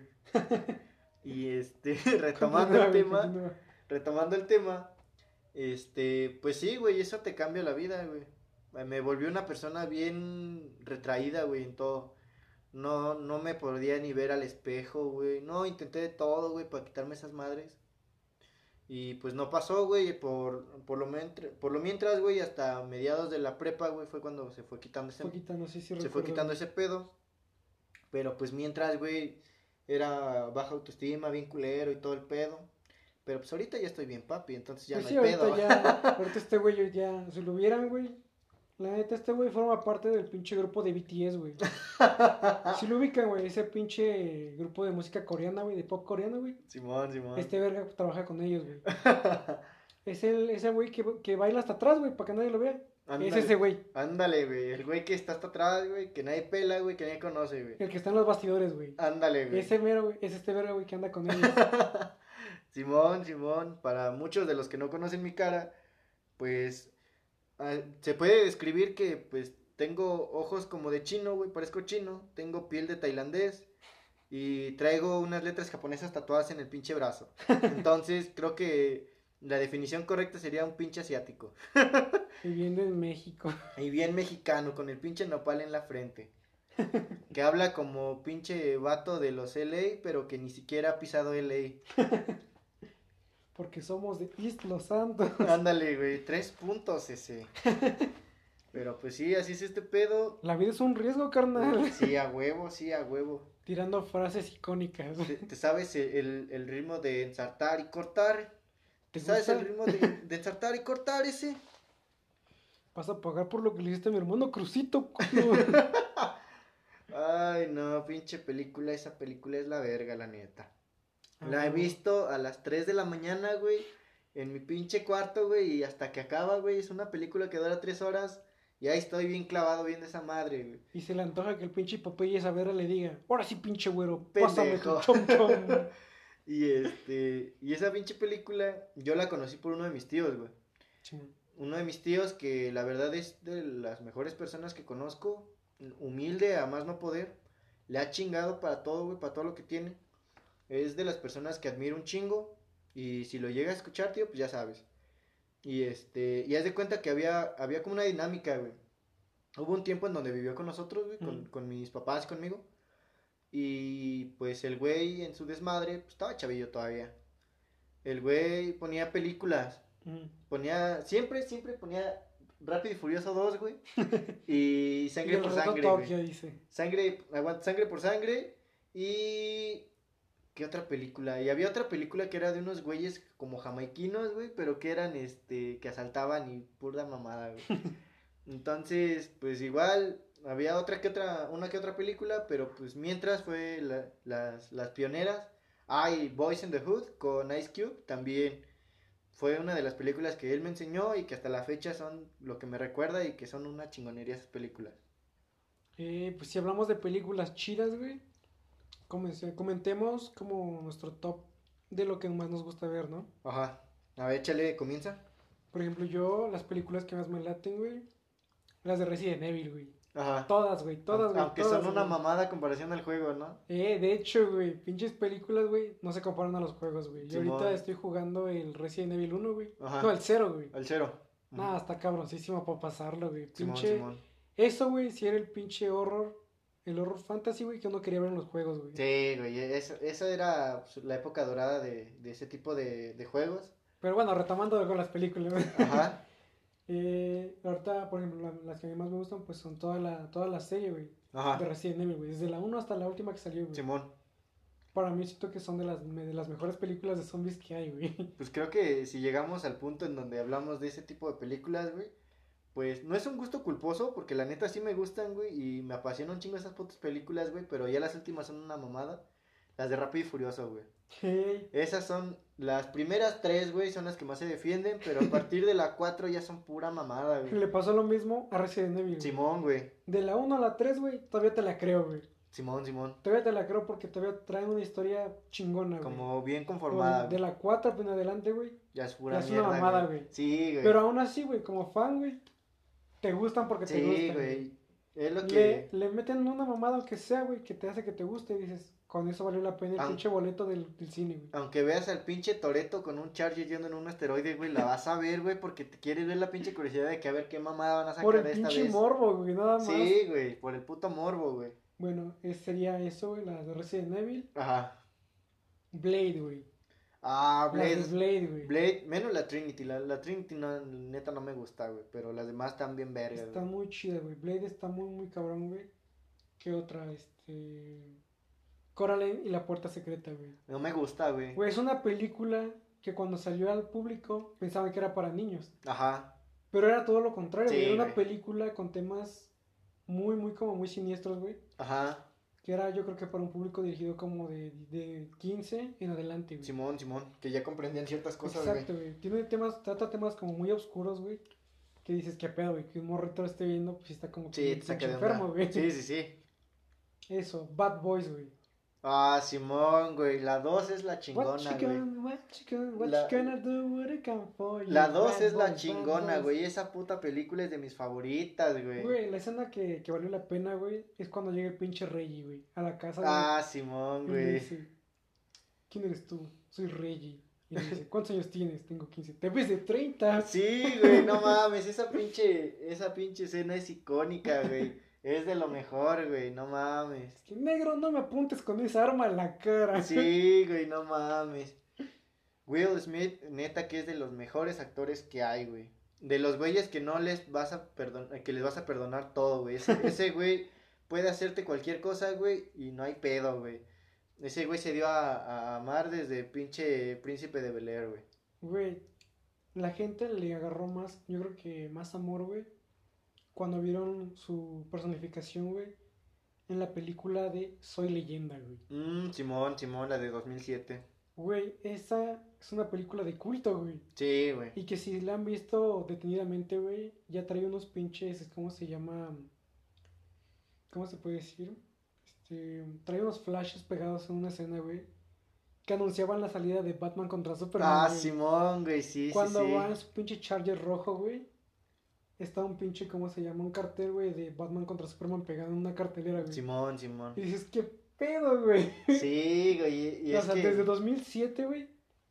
Y este, retomando Continúa, el güey, tema, continúa. retomando el tema, este, pues sí, güey, eso te cambia la vida, güey. Me volvió una persona bien retraída, güey, en todo. No, no me podía ni ver al espejo, güey. No, intenté de todo, güey, para quitarme esas madres. Y pues no pasó, güey, por, por, lo mientras, por lo mientras, güey, hasta mediados de la prepa, güey, fue cuando se fue quitando ese, Fue quitando, sí, sí, se fue recuerdo, quitando güey. ese pedo. Pero pues mientras, güey, era baja autoestima, bien culero y todo el pedo. Pero pues ahorita ya estoy bien, papi, entonces ya Pues no sí, hay ahorita pedo. ya. Ahorita este güey ya. Si lo vieran, güey. La neta, este güey forma parte del pinche grupo de B T S, güey. Si lo ubican, güey, ese pinche grupo de música coreana, güey, de pop coreano, güey. Simón, Simón. Este verga trabaja con ellos, güey. Es el, ese güey que, que baila hasta atrás, güey, para que nadie lo vea. Es ese güey, Ándale, güey. El güey que está hasta atrás, güey, que nadie pela, güey, que nadie conoce, güey. el que está en los bastidores, güey. Ándale, güey. Ese mero, güey, es este verga, güey, que anda con ellos. Simón, Simón, para muchos de los que no conocen mi cara, pues ah, se puede describir que pues tengo ojos como de chino, güey, parezco chino, tengo piel de tailandés y traigo unas letras japonesas tatuadas en el pinche brazo. Entonces, creo que la definición correcta sería un pinche asiático. Viviendo en México. Y bien mexicano, con el pinche nopal en la frente. Que habla como pinche vato de los L A, pero que ni siquiera ha pisado L Porque somos de East Los Santos. A. Ándale, güey, tres puntos ese. Pero pues sí, así es este pedo. La vida es un riesgo, carnal. Sí, a huevo, sí, a huevo. Tirando frases icónicas. ¿Te, te sabes el, el, el ritmo de ensartar y cortar? ¿Te ¿Te sabes gusta? el ritmo de, de ensartar y cortar ese? Vas a pagar por lo que le hiciste a mi hermano Crucito, culo. Ay, no, pinche película, esa película es la verga, la neta. Ah, La he güey. visto a las tres de la mañana, güey, en mi pinche cuarto, güey, y hasta que acaba, güey, es una película que dura tres horas, y ahí estoy bien clavado viendo esa madre, güey. Y se le antoja que el pinche Popeye Savera le diga, ahora sí, pinche güero, Pendejo. pásame tu chom chom. Y este, y esa pinche película, yo la conocí por uno de mis tíos, güey. Chingón. Uno de mis tíos que la verdad es de las mejores personas que conozco, humilde a más no poder, le ha chingado para todo, güey, para todo lo que tiene. Es de las personas que admiro un chingo, y si lo llega a escuchar, tío, pues ya sabes. Y este, y haz de cuenta que había, había como una dinámica, güey. Hubo un tiempo en donde vivió con nosotros, güey, con, Mm. con mis papás y conmigo. Y pues el güey en su desmadre, pues estaba chavillo todavía. El güey ponía películas. Mm. Ponía, siempre, siempre ponía Rápido y Furioso dos, güey. Y Y Sangre el por reto Sangre, Tokio, güey. dice. Sangre, aguanta, Sangre por Sangre. Y... ¿Qué otra película? Y había otra película que era de unos güeyes como jamaiquinos, güey, pero que eran, este, que asaltaban y pura mamada, güey. Entonces, pues igual, había otra que otra, una que otra película, pero pues mientras fue la- las, las pioneras. Ah, y Boys in the Hood con Ice Cube también fue una de las películas que él me enseñó y que hasta la fecha son lo que me recuerda y que son una chingonería esas películas. Eh, pues si hablamos de películas chidas, güey, comencé- comentemos como nuestro top de lo que más nos gusta ver, ¿no? Ajá. A ver, échale, comienza. Por ejemplo, yo, las películas que más me laten, güey, las de Resident Evil, güey. Ajá. Todas, güey, Aun- todas, güey, Aunque son todas, una güey. mamada a comparación al juego, ¿no? Eh, de hecho, güey, pinches películas, güey, no se comparan a los juegos, güey. Yo ahorita Simón. estoy jugando el Resident Evil uno, güey. No, Ajá. el cero, güey. Al cero. Ujú. Nada, está cabroncísimo para pasarlo, güey. Simón, Pinche. Simón. Eso, güey, sí era el pinche horror. El horror fantasy, güey, que uno quería ver en los juegos, güey. Sí, güey, eso, esa era pues, la época dorada de, de ese tipo de, de juegos. Pero bueno, retomando con las películas, güey. Ajá. Eh, ahorita, por ejemplo, la- las que a mí más me gustan, pues son toda la, toda la serie, güey. De Ajá. Resident Evil, güey. Desde la uno hasta la última que salió, güey. Simón. Para mí siento que son de las, me- de las mejores películas de zombies que hay, güey. Pues creo que si llegamos al punto en donde hablamos de ese tipo de películas, güey, pues no es un gusto culposo, porque la neta sí me gustan, güey, y me apasionan un chingo esas putas películas, güey, pero ya las últimas son una mamada. Las de Rápido y Furioso, güey. Hey. Esas son, las primeras tres, güey, son las que más se defienden, pero a partir de la cuatro ya son pura mamada, güey. Le pasó lo mismo a Resident Evil, güey. Simón, güey. De la uno a la tres, güey, todavía te la creo, güey. Simón, Simón. Todavía te la creo porque todavía traen una historia chingona, güey. Como bien O conformada, de güey. la cuatro en adelante, güey. Ya es pura ya es una mierda, mamada, güey. güey. Sí, güey. Pero aún así, güey, como fan, güey, te gustan porque te Sí, gustan. güey. Es lo Le, que... le meten una mamada aunque sea, güey, que te hace que te guste y dices, con eso valió la pena el Ah. pinche boleto del, del cine, güey. Aunque veas al pinche Toreto con un Charger yendo en un asteroide, güey, la vas a ver, güey, porque te quieres ver la pinche curiosidad de que a ver qué mamada van a sacar Por el esta pinche vez. morbo, güey, nada más. Sí, güey, por el puto morbo, güey. Bueno, es- sería eso, güey, las de Resident Evil. Ajá. Blade, güey. Ah, Blade. Las de Blade, güey. Blade, menos la Trinity. La, la Trinity, no, neta, no me gusta, güey. Pero las demás están bien vergas, Está güey. muy chida, güey. Blade está muy, muy cabrón, güey. ¿Qué otra? Este. Coraline y la puerta secreta, güey. No me gusta, güey. Güey, es una película que cuando salió al público pensaban que era para niños. Ajá. Pero era todo lo contrario, Sí, güey. Era una güey. película con temas muy, muy, como muy siniestros, güey. Ajá. Que era, yo creo que para un público dirigido como de, de quince en adelante, güey. Simón, Simón. Que ya comprendían ciertas cosas, güey. Exacto, güey. Tiene temas, trata temas como muy oscuros, güey. Que dices, qué pedo, güey. Que un morrito lo esté viendo, pues sí está como que Sí, bien te saca pinche de enfermo, onda. güey. Sí, sí, sí. Eso, Bad Boys, güey. Ah, Simón, güey. La dos es la What chingona, you güey. gonna, what you gonna, what La- you gonna do, what I come for you? La dos Bad es la Boys, Bad chingona, Boys. güey. Esa puta película es de mis favoritas, güey. Güey, la escena que, que valió la pena, güey, es cuando llega el pinche Reggie, güey, a la casa. Ah, Simón, güey, y le güey. dice, ¿quién eres tú? Soy Reggie. Y le dice, ¿cuántos años tienes? Tengo quince. Te ves de treinta. Sí, güey, no mames, esa pinche, esa pinche escena es icónica, güey. Es de lo mejor, güey, no mames. Que negro, no me apuntes con esa arma en la cara. Sí, güey, no mames. Will Smith, neta que es de los mejores actores que hay, güey. De los güeyes que no les vas a perdonar, que les vas a perdonar todo, güey. Ese, ese güey puede hacerte cualquier cosa, güey, y no hay pedo, güey. Ese güey se dio a, a amar desde pinche Príncipe de Bel-Air, güey. Güey, la gente le agarró más, yo creo que más amor, güey, cuando vieron su personificación, güey, en la película de Soy Leyenda, güey. Mm, Simón, Simón, la de dos mil siete. Güey, esa es una película de culto, güey. Sí, güey. Y que si la han visto detenidamente, güey, ya trae unos pinches, ¿cómo se llama? ¿Cómo se puede decir? Este, trae unos flashes pegados en una escena, güey, que anunciaban la salida de Batman contra Superman, Ah, güey. Simón, güey, sí, Cuando sí, sí. va en su pinche Charger rojo, güey, está un pinche, ¿cómo se llama? Un cartel, güey, de Batman contra Superman pegado en una cartelera, güey. Simón, Simón. Y dices, ¿qué pedo, güey? Sí, güey, y, y O es sea, que... desde dos mil siete, güey,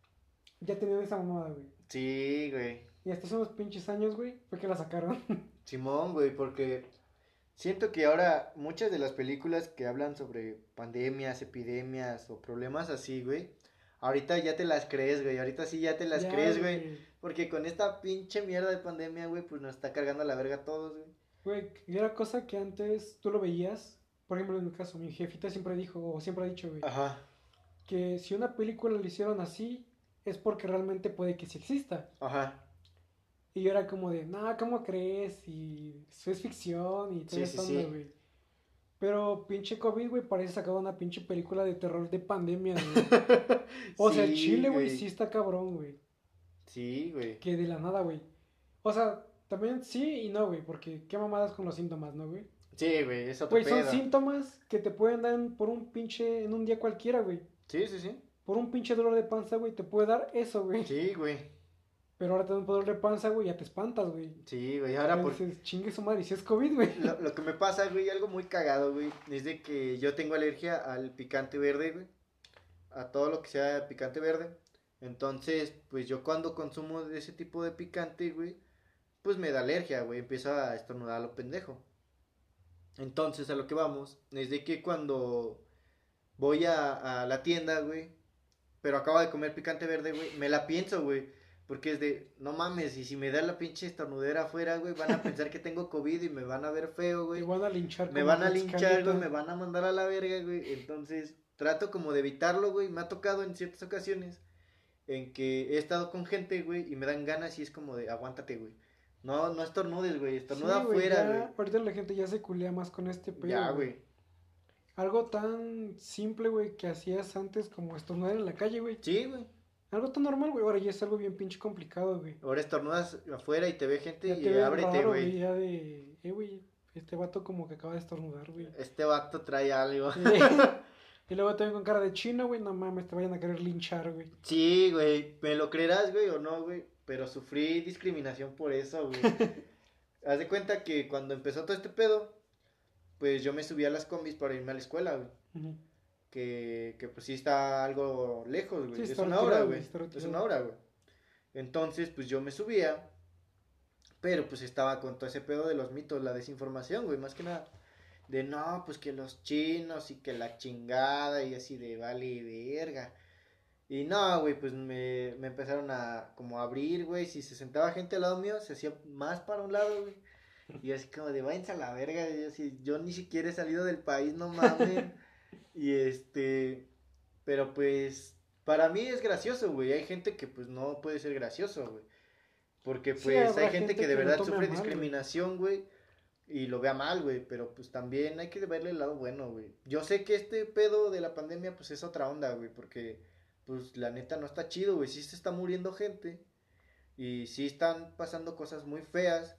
ya tenían esa mamada, güey. Sí, güey. Y hasta hace unos pinches años, güey, fue que la sacaron. Simón, güey, porque siento que ahora muchas de las películas que hablan sobre pandemias, epidemias o problemas así, güey, ahorita ya te las crees, güey, ahorita sí ya te las Ya, crees, güey, porque con esta pinche mierda de pandemia, güey, pues nos está cargando a la verga a todos, güey. Güey, y era cosa que antes tú lo veías. Por ejemplo, en mi caso, mi jefita siempre dijo, o siempre ha dicho, güey, Ajá, que si una película la hicieron así, es porque realmente puede que sí exista. ajá, Y yo era como de, nah, ¿cómo crees? Y eso es ficción y todo Sí, sí, eso, onda, sí. güey. Pero pinche COVID, güey, parece sacado una pinche película de terror de pandemia, güey. O sea, el Sí, Chile, güey, sí güey. está cabrón, güey. Sí, güey. Que de la nada, güey. O sea, también sí y no, güey, porque qué mamadas con los síntomas, ¿no, güey? Sí, güey, es otro Güey, son pedo. síntomas que te pueden dar en- por un pinche, en un día cualquiera, güey. Sí, sí, sí. Por un pinche dolor de panza, güey, te puede dar eso, güey. Sí, güey. Pero ahora te da un dolor de panza, güey, ya te espantas, güey. Sí, güey. Ya Ahora por dices, chingue su madre, si es COVID, güey. lo, lo que me pasa, güey, algo muy cagado, güey, es de que yo tengo alergia al picante verde, güey. A todo lo que sea picante verde. Entonces, pues yo cuando consumo de ese tipo de picante, güey, pues me da alergia, güey. Empiezo a estornudar a lo pendejo. Entonces, a lo que vamos, es de que cuando voy a, a la tienda, güey, pero acabo de comer picante verde, güey, me la pienso, güey. Porque es de, no mames, y si me da la pinche estornudera afuera, güey, van a pensar que tengo COVID y me van a ver feo, Te güey. van a linchar Me como van a linchar, güey, me Tlaxcalita. van a mandar a la verga, güey. Entonces, trato como de evitarlo, güey. Me ha tocado en ciertas ocasiones en que he estado con gente, güey, y me dan ganas y es como de, aguántate, güey. No, no estornudes, güey, estornuda Sí, güey, afuera, güey. ya. Ahorita la gente ya se culea más con este pedo, Ya, güey. güey. Algo tan simple, güey, que hacías antes como estornudar en la calle, güey. Sí, güey. Algo tan normal, güey. Ahora ya es algo bien pinche complicado, güey. Ahora estornudas afuera y te ve gente Ya te y ven ábrete, raro, güey, güey. ya de... Eh, güey, este vato como que acaba de estornudar, güey. Este vato trae algo. Eh, y luego te ven con cara de chino, güey. No mames, te vayan a querer linchar, güey. Sí, güey. ¿Me lo creerás, güey, o no, güey? Pero sufrí discriminación por eso, güey. Haz de cuenta que cuando empezó todo este pedo, pues yo me subí a las combis para irme a la escuela, güey. Ujú. Que, que pues sí está algo lejos, Sí, güey. Es está una hora, retirado, güey. güey, está Es retirado. una hora, güey. Entonces, pues yo me subía, pero pues estaba con todo ese pedo de los mitos, la desinformación, güey, más que nada. De no, pues que los chinos y que la chingada y así de vale verga. Y no, güey, pues me, me empezaron a como a abrir, güey. Si se sentaba gente al lado mío, se hacía más para un lado, güey. Y así como de váyanse a la verga. Y yo, así, yo ni siquiera he salido del país, no mames. Y este, pero pues para mí es gracioso, güey. Hay gente que pues no puede ser gracioso, güey. Porque Sí, pues hay habrá gente gente que de que lo verdad tome a sufre mal, güey. discriminación, güey. Y lo vea mal, güey. Pero pues también hay que verle el lado bueno, güey. Yo sé que este pedo de la pandemia pues es otra onda, güey. Porque pues la neta no está chido, güey. Sí se está muriendo gente. Y sí están pasando cosas muy feas.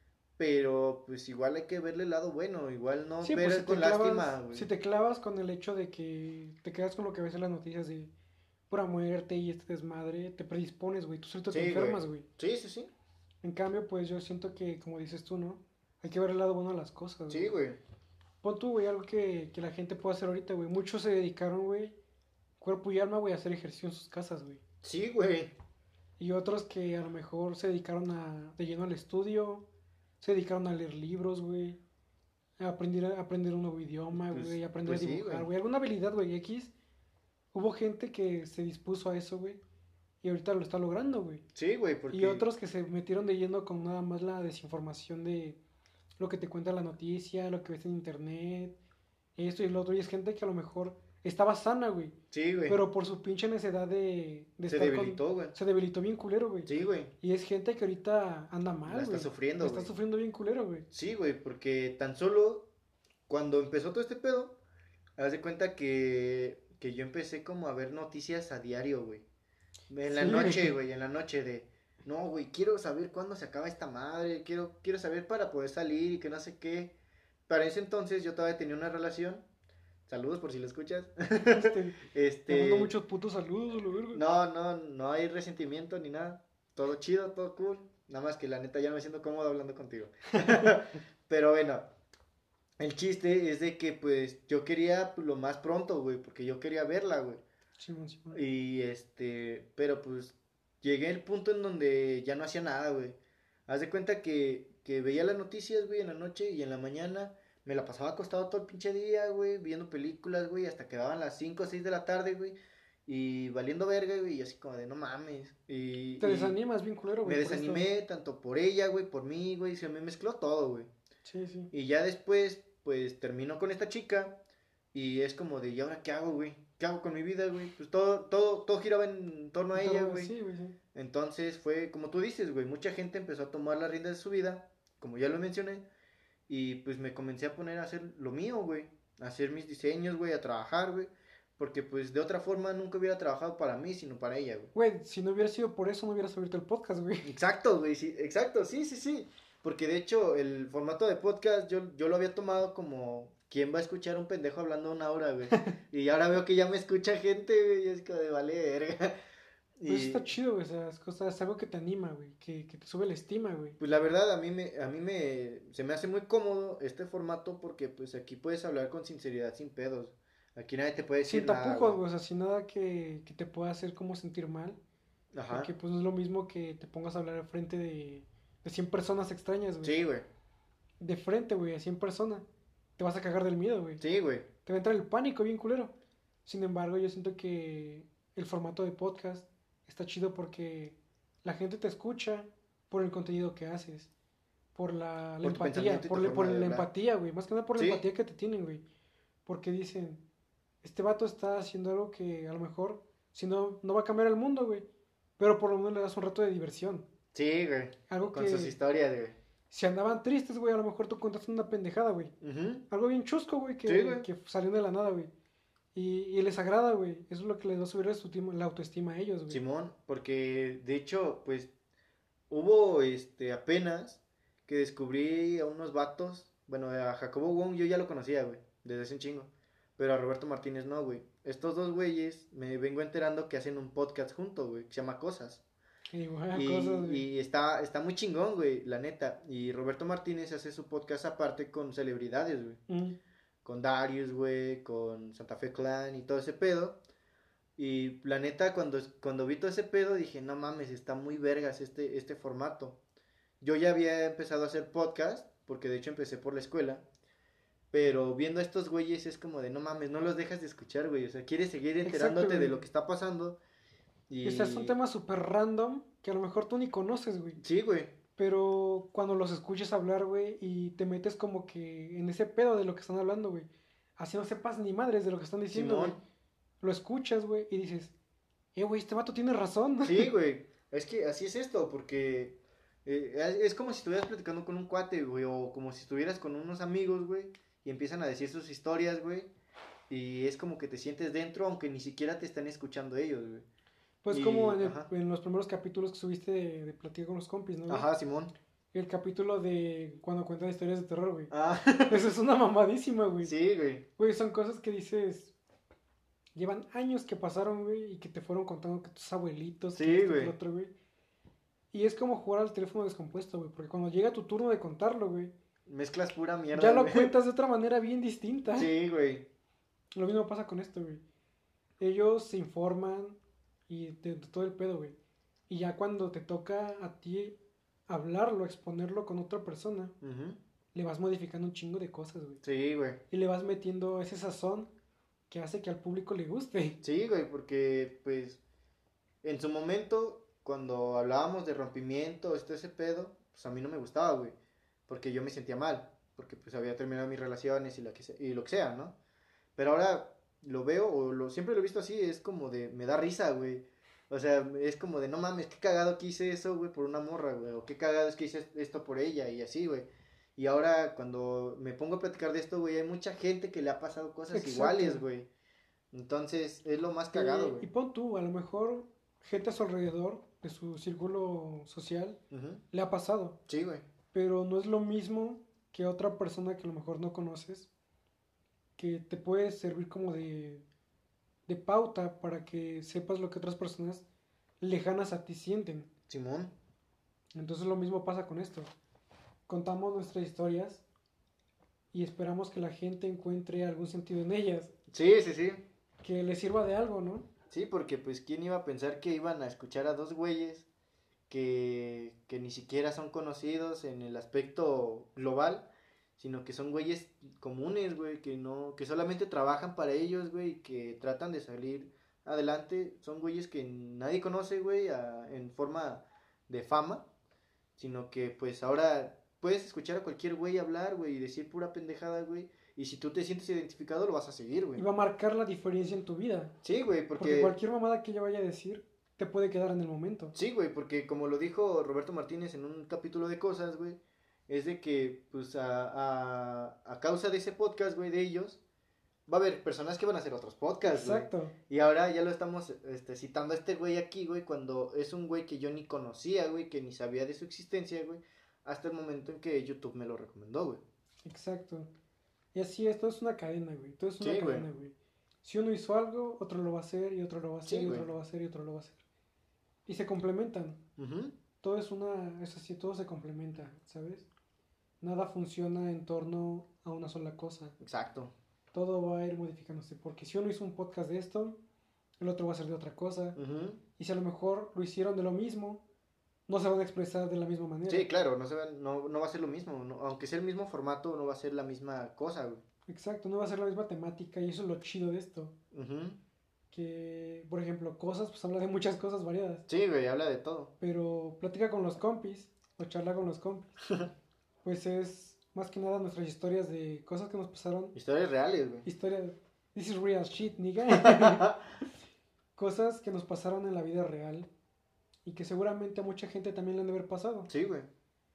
Pero pues igual hay que verle el lado bueno. Igual no Sí, pues si ver te con lástima, clavas, güey. si te clavas con el hecho de que te quedas con lo que ves en las noticias de pura muerte y este desmadre, te predispones, güey, tú solito te Sí, güey. enfermas, güey. Sí, sí, sí. En cambio, pues yo siento que, como dices tú, ¿no? Hay que ver el lado bueno de las cosas, Sí, güey. güey. Pon tú, güey, algo que, que la gente puede hacer ahorita, güey. Muchos se dedicaron, güey, cuerpo y alma, güey, a hacer ejercicio en sus casas, güey. Sí, güey. Y otros que a lo mejor se dedicaron a, de lleno al estudio, se dedicaron a leer libros, güey. A aprender, a aprender un nuevo idioma, Pues, güey. A aprender pues a sí, dibujar, güey. güey. Alguna habilidad, güey, X. Hubo gente que se dispuso a eso, güey. Y ahorita lo está logrando, güey. Sí, güey, Y porque... otros que se metieron de lleno con nada más la desinformación de lo que te cuenta la noticia, lo que ves en internet, esto y lo otro. Y es gente que a lo mejor estaba sana, güey. Sí, güey. Pero por su pinche necesidad de, de Se estar con... debilitó, güey. Se debilitó bien culero, güey. Sí, güey. Y es gente que ahorita anda La mal, está güey. sufriendo, La está güey. sufriendo bien culero, güey. Sí, güey, porque tan solo cuando empezó todo este pedo, haz de cuenta que, que yo empecé como a ver noticias a diario, güey. En la Sí, noche, güey. güey, en la noche de, no, güey, quiero saber cuándo se acaba esta madre, quiero, quiero saber para poder salir y que no sé qué. Para ese entonces yo todavía tenía una relación. Saludos por si lo escuchas. Este, te mando este, muchos putos saludos, lo verga. no, no, no hay resentimiento ni nada. Todo chido, todo cool. Nada más que la neta ya no me siento cómodo hablando contigo. Pero bueno, el chiste es de que pues yo quería pues, lo más pronto, güey, porque yo quería verla, güey. Simón, Simón. Y este, pero pues llegué al punto en donde ya no hacía nada, güey. Haz de cuenta que, que veía las noticias, güey, en la noche y en la mañana me la pasaba acostado todo el pinche día, güey, viendo películas, güey, hasta que daban las cinco o seis de la tarde, güey. Y valiendo verga, güey, y así como de no mames. Y, Te y desanimas bien culero, me güey, por esto. desanimé tanto por ella, güey, por mí, güey, se me mezcló todo, güey. Sí, sí. Y ya después, pues termino con esta chica y es como de, ¿y ahora qué hago, güey? ¿qué hago con mi vida, güey? Pues todo, todo, todo giraba en torno a ella, Todo- güey. Sí, güey, sí. Entonces fue, como tú dices, güey, mucha gente empezó a tomar las riendas de su vida, como ya lo mencioné, y pues me comencé a poner a hacer lo mío, güey, a hacer mis diseños, güey, a trabajar, güey, porque pues de otra forma nunca hubiera trabajado para mí, sino para ella, güey. Güey, si no hubiera sido por eso, no hubieras abierto el podcast, güey. Exacto, güey, sí, exacto, sí, sí, sí. Porque de hecho el formato de podcast yo, yo lo había tomado como, ¿quién va a escuchar a un pendejo hablando una hora, güey? Y ahora veo que ya me escucha gente, güey, y es como de vale verga. Pues eso está Y chido, güey. O sea, es, cosa, es algo que te anima, güey. Que, que te sube la estima, güey. pues la verdad a mí me, a mí me, se me hace muy cómodo este formato porque pues aquí puedes hablar con sinceridad sin pedos. Aquí nadie te puede decir Sin nada, tapujos, güey. güey. O sea, sin nada que, que te pueda hacer como sentir mal. Ajá. Porque pues no es lo mismo que te pongas a hablar al frente de, de cien personas extrañas, güey. Sí, güey. De frente, güey, a cien personas. Te vas a cagar del miedo, güey. Sí, güey. Te va a entrar el pánico bien culero. Sin embargo, yo siento que el formato de podcast está chido porque la gente te escucha por el contenido que haces, por la, la Por tu empatía, pensamiento y por, tu la- forma por de la hablar. empatía, güey, más que nada por la Sí. empatía que te tienen, güey. Porque dicen, este vato está haciendo algo que a lo mejor, si no, no va a cambiar el mundo, güey, pero por lo menos le das un rato de diversión. Sí, güey. Algo Con sus que, historias, güey. si andaban tristes, güey, a lo mejor tú contaste una pendejada, güey. Ujú. Algo bien chusco, güey, que, Sí, güey. que salió de la nada, güey. Y, y les agrada, güey. Eso es lo que les va a subir su timo- la autoestima a ellos, güey. Simón, porque de hecho, pues hubo este apenas que descubrí a unos vatos. Bueno, a Jacobo Wong yo ya lo conocía, güey, desde hace un chingo. Pero a Roberto Martínez no, güey. Estos dos güeyes me vengo enterando que hacen un podcast juntos, güey, que se llama Cosas. Y igual, Y, cosas, güey. y está, está muy chingón, güey, la neta. Y Roberto Martínez hace su podcast aparte con celebridades, güey. Mm. Con Darius, güey, con Santa Fe Clan y todo ese pedo. Y la neta, cuando, cuando vi todo ese pedo, dije, no mames, está muy vergas este, este formato. Yo ya había empezado a hacer podcast, porque de hecho empecé por la escuela. Pero viendo a estos güeyes es como de, no mames, no los dejas de escuchar, güey. O sea, quieres seguir Exacto, enterándote de güey. lo que está pasando. Y o sea, son Y... temas súper random que a lo mejor tú ni conoces, güey. Sí, güey. Pero cuando los escuchas hablar, güey, y te metes como que en ese pedo de lo que están hablando, güey. Así no sepas ni madres de lo que están diciendo, güey. Simón. Lo escuchas, güey, y dices, eh, güey, este vato tiene razón. Sí, güey. Es que así es esto, porque eh, es es como si estuvieras platicando con un cuate, güey, o como si estuvieras con unos amigos, güey, y empiezan a decir sus historias, güey, y es como que te sientes dentro, aunque ni siquiera te están escuchando ellos, güey. Pues Y, como en, el- ajá, en los primeros capítulos que subiste de, de Platicar con los compis, ¿no, güey? ajá, Simón. El capítulo de cuando cuentan historias de terror, güey. Ah, Eso es una mamadísima, güey. sí, güey. Güey, son cosas que dices. Llevan años que pasaron, güey, y que te fueron contando que tus abuelitos, Sí, que esto, que güey. lo otro, güey. Y es como jugar al teléfono descompuesto, güey. Porque cuando llega tu turno de contarlo, güey, Mezclas pura mierda, ya lo güey. cuentas de otra manera bien distinta. Sí, güey. Lo mismo pasa con esto, güey. Ellos se informan y de, de todo el pedo, güey. Y ya cuando te toca a ti hablarlo, exponerlo con otra persona, Ujú. le vas modificando un chingo de cosas, güey. Sí, güey. Y le vas metiendo ese sazón que hace que al público le guste. Sí, güey, porque, pues, en su momento, cuando hablábamos de rompimiento, este ese pedo, pues a mí no me gustaba, güey. Porque yo me sentía mal. Porque pues había terminado mis relaciones y, la que se- y lo que sea, ¿no? Pero ahora lo veo, o lo, siempre lo he visto así, es como de, me da risa, güey. O sea, es como de, no mames, qué cagado que hice eso, güey, por una morra, güey. O qué cagado es que hice esto por ella y así, güey. Y ahora cuando me pongo a platicar de esto, güey, hay mucha gente que le ha pasado cosas Exacto. iguales, güey. Entonces, es lo más cagado, Y, güey. y pon tú, a lo mejor gente a su alrededor, de su círculo social, Ujú. le ha pasado. Sí, güey. Pero no es lo mismo que otra persona que a lo mejor no conoces, que te puede servir como de, de pauta para que sepas lo que otras personas lejanas a ti sienten. Simón. Entonces lo mismo pasa con esto. Contamos nuestras historias y esperamos que la gente encuentre algún sentido en ellas, Sí, sí, sí. que les sirva de algo, ¿no? Sí, porque pues quién iba a pensar que iban a escuchar a dos güeyes que, que ni siquiera son conocidos en el aspecto global, sino que son güeyes comunes, güey, que no, que solamente trabajan para ellos, güey, y que tratan de salir adelante. Son güeyes que nadie conoce, güey, a- en forma de fama, sino que pues ahora puedes escuchar a cualquier güey hablar, güey, y decir pura pendejada, güey, Y si tú te sientes identificado, lo vas a seguir, güey. Y va a marcar la diferencia en tu vida. Sí, güey, porque... Porque cualquier mamada que ella vaya a decir te puede quedar en el momento. Sí, güey, porque como lo dijo Roberto Martínez en un capítulo de Cosas, güey, es de que, pues, a, a, a causa de ese podcast, güey, de ellos, va a haber personas que van a hacer otros podcasts, güey. Exacto. Y ahora ya lo estamos este, citando a este güey aquí, güey, cuando es un güey que yo ni conocía, güey, que ni sabía de su existencia, güey, hasta el momento en que YouTube me lo recomendó, güey. Exacto. Y así es, todo es una cadena, güey. Todo es una Sí, cadena, güey. Si uno hizo algo, otro lo va a hacer, y otro lo va a hacer, Sí, y otro güey. lo va a hacer, y otro lo va a hacer. Y se complementan. Ujú. Todo es una, es así, todo se complementa, ¿sabes? Nada funciona en torno a una sola cosa. Exacto. Todo va a ir modificándose. Porque si uno hizo un podcast de esto, el otro va a ser de otra cosa. Ujú. Y si a lo mejor lo hicieron de lo mismo, no se van a expresar de la misma manera. Sí, claro, no, se va, no, no va a ser lo mismo, no- aunque sea el mismo formato, no va a ser la misma cosa, güey. Exacto, no va a ser la misma temática y eso es lo chido de esto. Ujú. Que, por ejemplo, cosas, pues habla de muchas cosas variadas. Sí, güey, habla de todo. Pero platica con los compis o charla con los compis. Pues es más que nada nuestras historias de cosas que nos pasaron. Historias reales, güey. Historia, this is real shit, nigga. Cosas que nos pasaron en la vida real y que seguramente a mucha gente también le han de haber pasado. Sí, güey.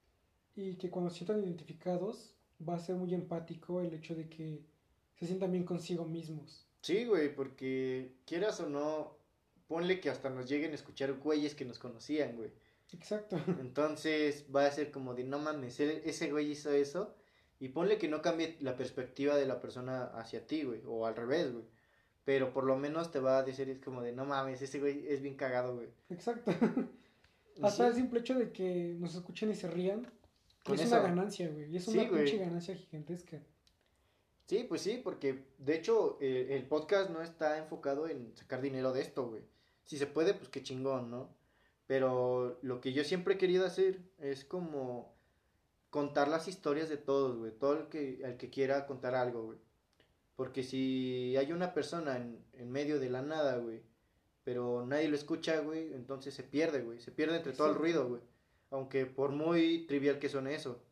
Y que cuando se sientan identificados va a ser muy empático el hecho de que se sientan bien consigo mismos. Sí, güey, porque quieras o no, ponle que hasta nos lleguen a escuchar güeyes que nos conocían, güey. Exacto. Entonces va a ser como de, no mames, e- ese güey hizo eso. Y ponle que no cambie la perspectiva de la persona hacia ti, güey. O al revés, güey. Pero por lo menos te va a decir, es como de, no mames, ese güey es bien cagado, güey. Exacto. Y Hasta sí, el simple hecho de que nos escuchen y se rían con es eso. una ganancia, güey. Y es Sí, una güey. pinche ganancia gigantesca. Sí, pues sí, porque de hecho eh, el podcast no está enfocado en sacar dinero de esto, güey. Si se puede, pues qué chingón, ¿no? Pero lo que yo siempre he querido hacer es como contar las historias de todos, güey. Todo el que, el que quiera contar algo, güey. Porque si hay una persona en, en medio de la nada, güey, pero nadie lo escucha, güey, entonces se pierde, güey. Se pierde entre todo el Exacto. ruido, güey. Aunque por muy trivial que suene eso.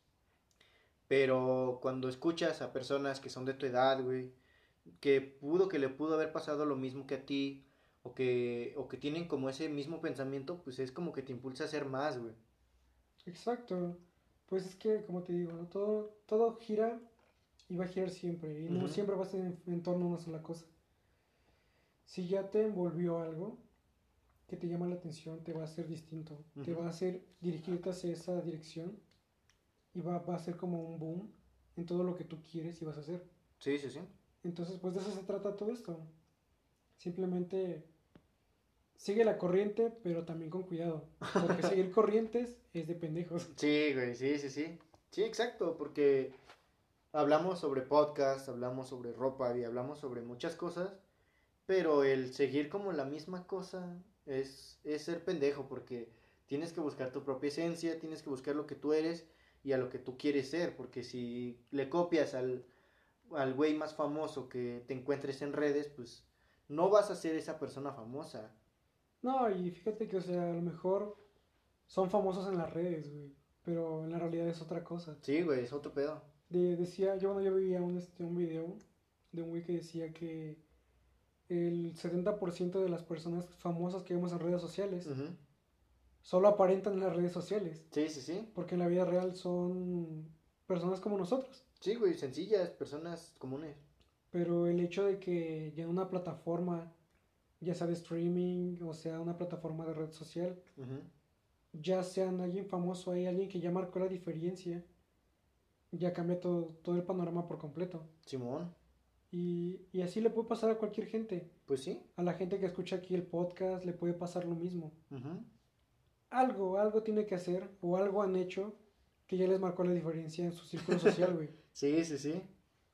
Pero cuando escuchas a personas que son de tu edad, güey, que pudo, que le pudo haber pasado lo mismo que a ti, o que, o que tienen como ese mismo pensamiento, pues es como que te impulsa a hacer más, güey. Exacto. Pues es que, como te digo, ¿no? todo, todo gira y va a girar siempre. Y no Ujú. siempre va a ser en, en torno a una sola cosa. Si ya te envolvió algo que te llama la atención, te va a hacer distinto. Te Ujú. va a hacer dirigirte hacia esa dirección. Y va, va a ser como un boom en todo lo que tú quieres y vas a hacer. Sí, sí, sí. Entonces, pues de eso se trata todo esto. Simplemente sigue la corriente, pero también con cuidado. Porque seguir corrientes es de pendejos. Sí, güey, sí, sí, sí. Sí, exacto, porque hablamos sobre podcast, hablamos sobre ropa y hablamos sobre muchas cosas, pero el seguir como la misma cosa es, es ser pendejo, porque tienes que buscar tu propia esencia, tienes que buscar lo que tú eres y a lo que tú quieres ser, porque si le copias al, al güey más famoso que te encuentres en redes, pues no vas a ser esa persona famosa. No, y fíjate que, o sea, a lo mejor son famosos en las redes, güey. Pero en la realidad es otra cosa. Sí, güey, es otro pedo. De, decía, yo cuando yo veía un, este, un video de un güey que decía que el setenta por ciento de las personas famosas que vemos en redes sociales Ujú. solo aparentan en las redes sociales. Sí, sí, sí. Porque en la vida real son personas como nosotros. Sí, güey, sencillas, personas comunes. Pero el hecho de que ya en una plataforma, ya sea de streaming o sea una plataforma de red social, Ujú. ya sean alguien famoso ahí, alguien que ya marcó la diferencia, ya cambia todo, todo el panorama por completo. Simón, Y, y así le puede pasar a cualquier gente. pues sí. A la gente que escucha aquí el podcast le puede pasar lo mismo. Ujú. Algo, algo tiene que hacer o algo han hecho que ya les marcó la diferencia en su círculo social, güey. Sí, sí, sí.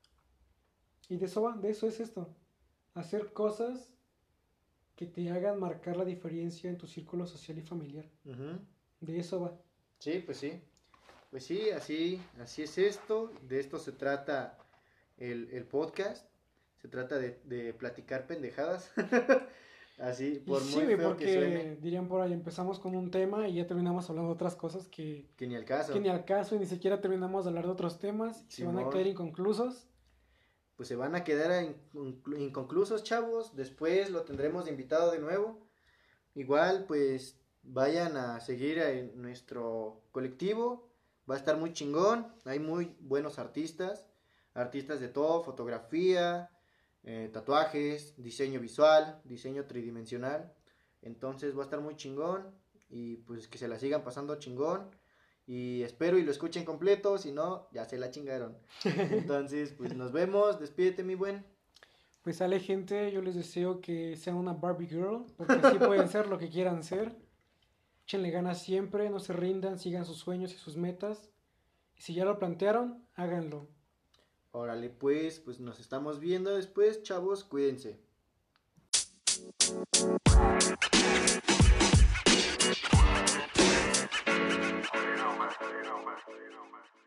Y de eso va, de eso es esto. Hacer cosas que te hagan marcar la diferencia en tu círculo social y familiar. Ujú. De eso va. Sí, pues sí. Pues sí, así, así es esto. De esto se trata el, el podcast. Se trata de, de platicar pendejadas. Así, Y por sí, muy güey, feo que porque suene, dirían por ahí, empezamos con un tema y ya terminamos hablando de otras cosas que, que ni al caso. que ni al caso y ni siquiera terminamos de hablar de otros temas y se van a Simón. caer inconclusos. pues se van a quedar inclu- inconclusos, chavos. Después lo tendremos de invitado de nuevo. Igual, pues vayan a seguir en nuestro colectivo. Va a estar muy chingón. Hay muy buenos artistas. Artistas de todo, fotografía, eh, tatuajes, diseño visual, diseño tridimensional. Entonces va a estar muy chingón. Y pues que se la sigan pasando chingón. Y espero y lo escuchen completo. Si no, ya se la chingaron. Entonces, pues nos vemos. Despídete, mi buen. Pues sale, gente, yo les deseo que sean una Barbie Girl, porque sí pueden ser lo que quieran ser. Échenle ganas siempre, no se rindan, sigan sus sueños y sus metas. Y si ya lo plantearon, háganlo. Órale, pues, pues nos estamos viendo después, chavos, cuídense. You know, man. You know, man. You know, man.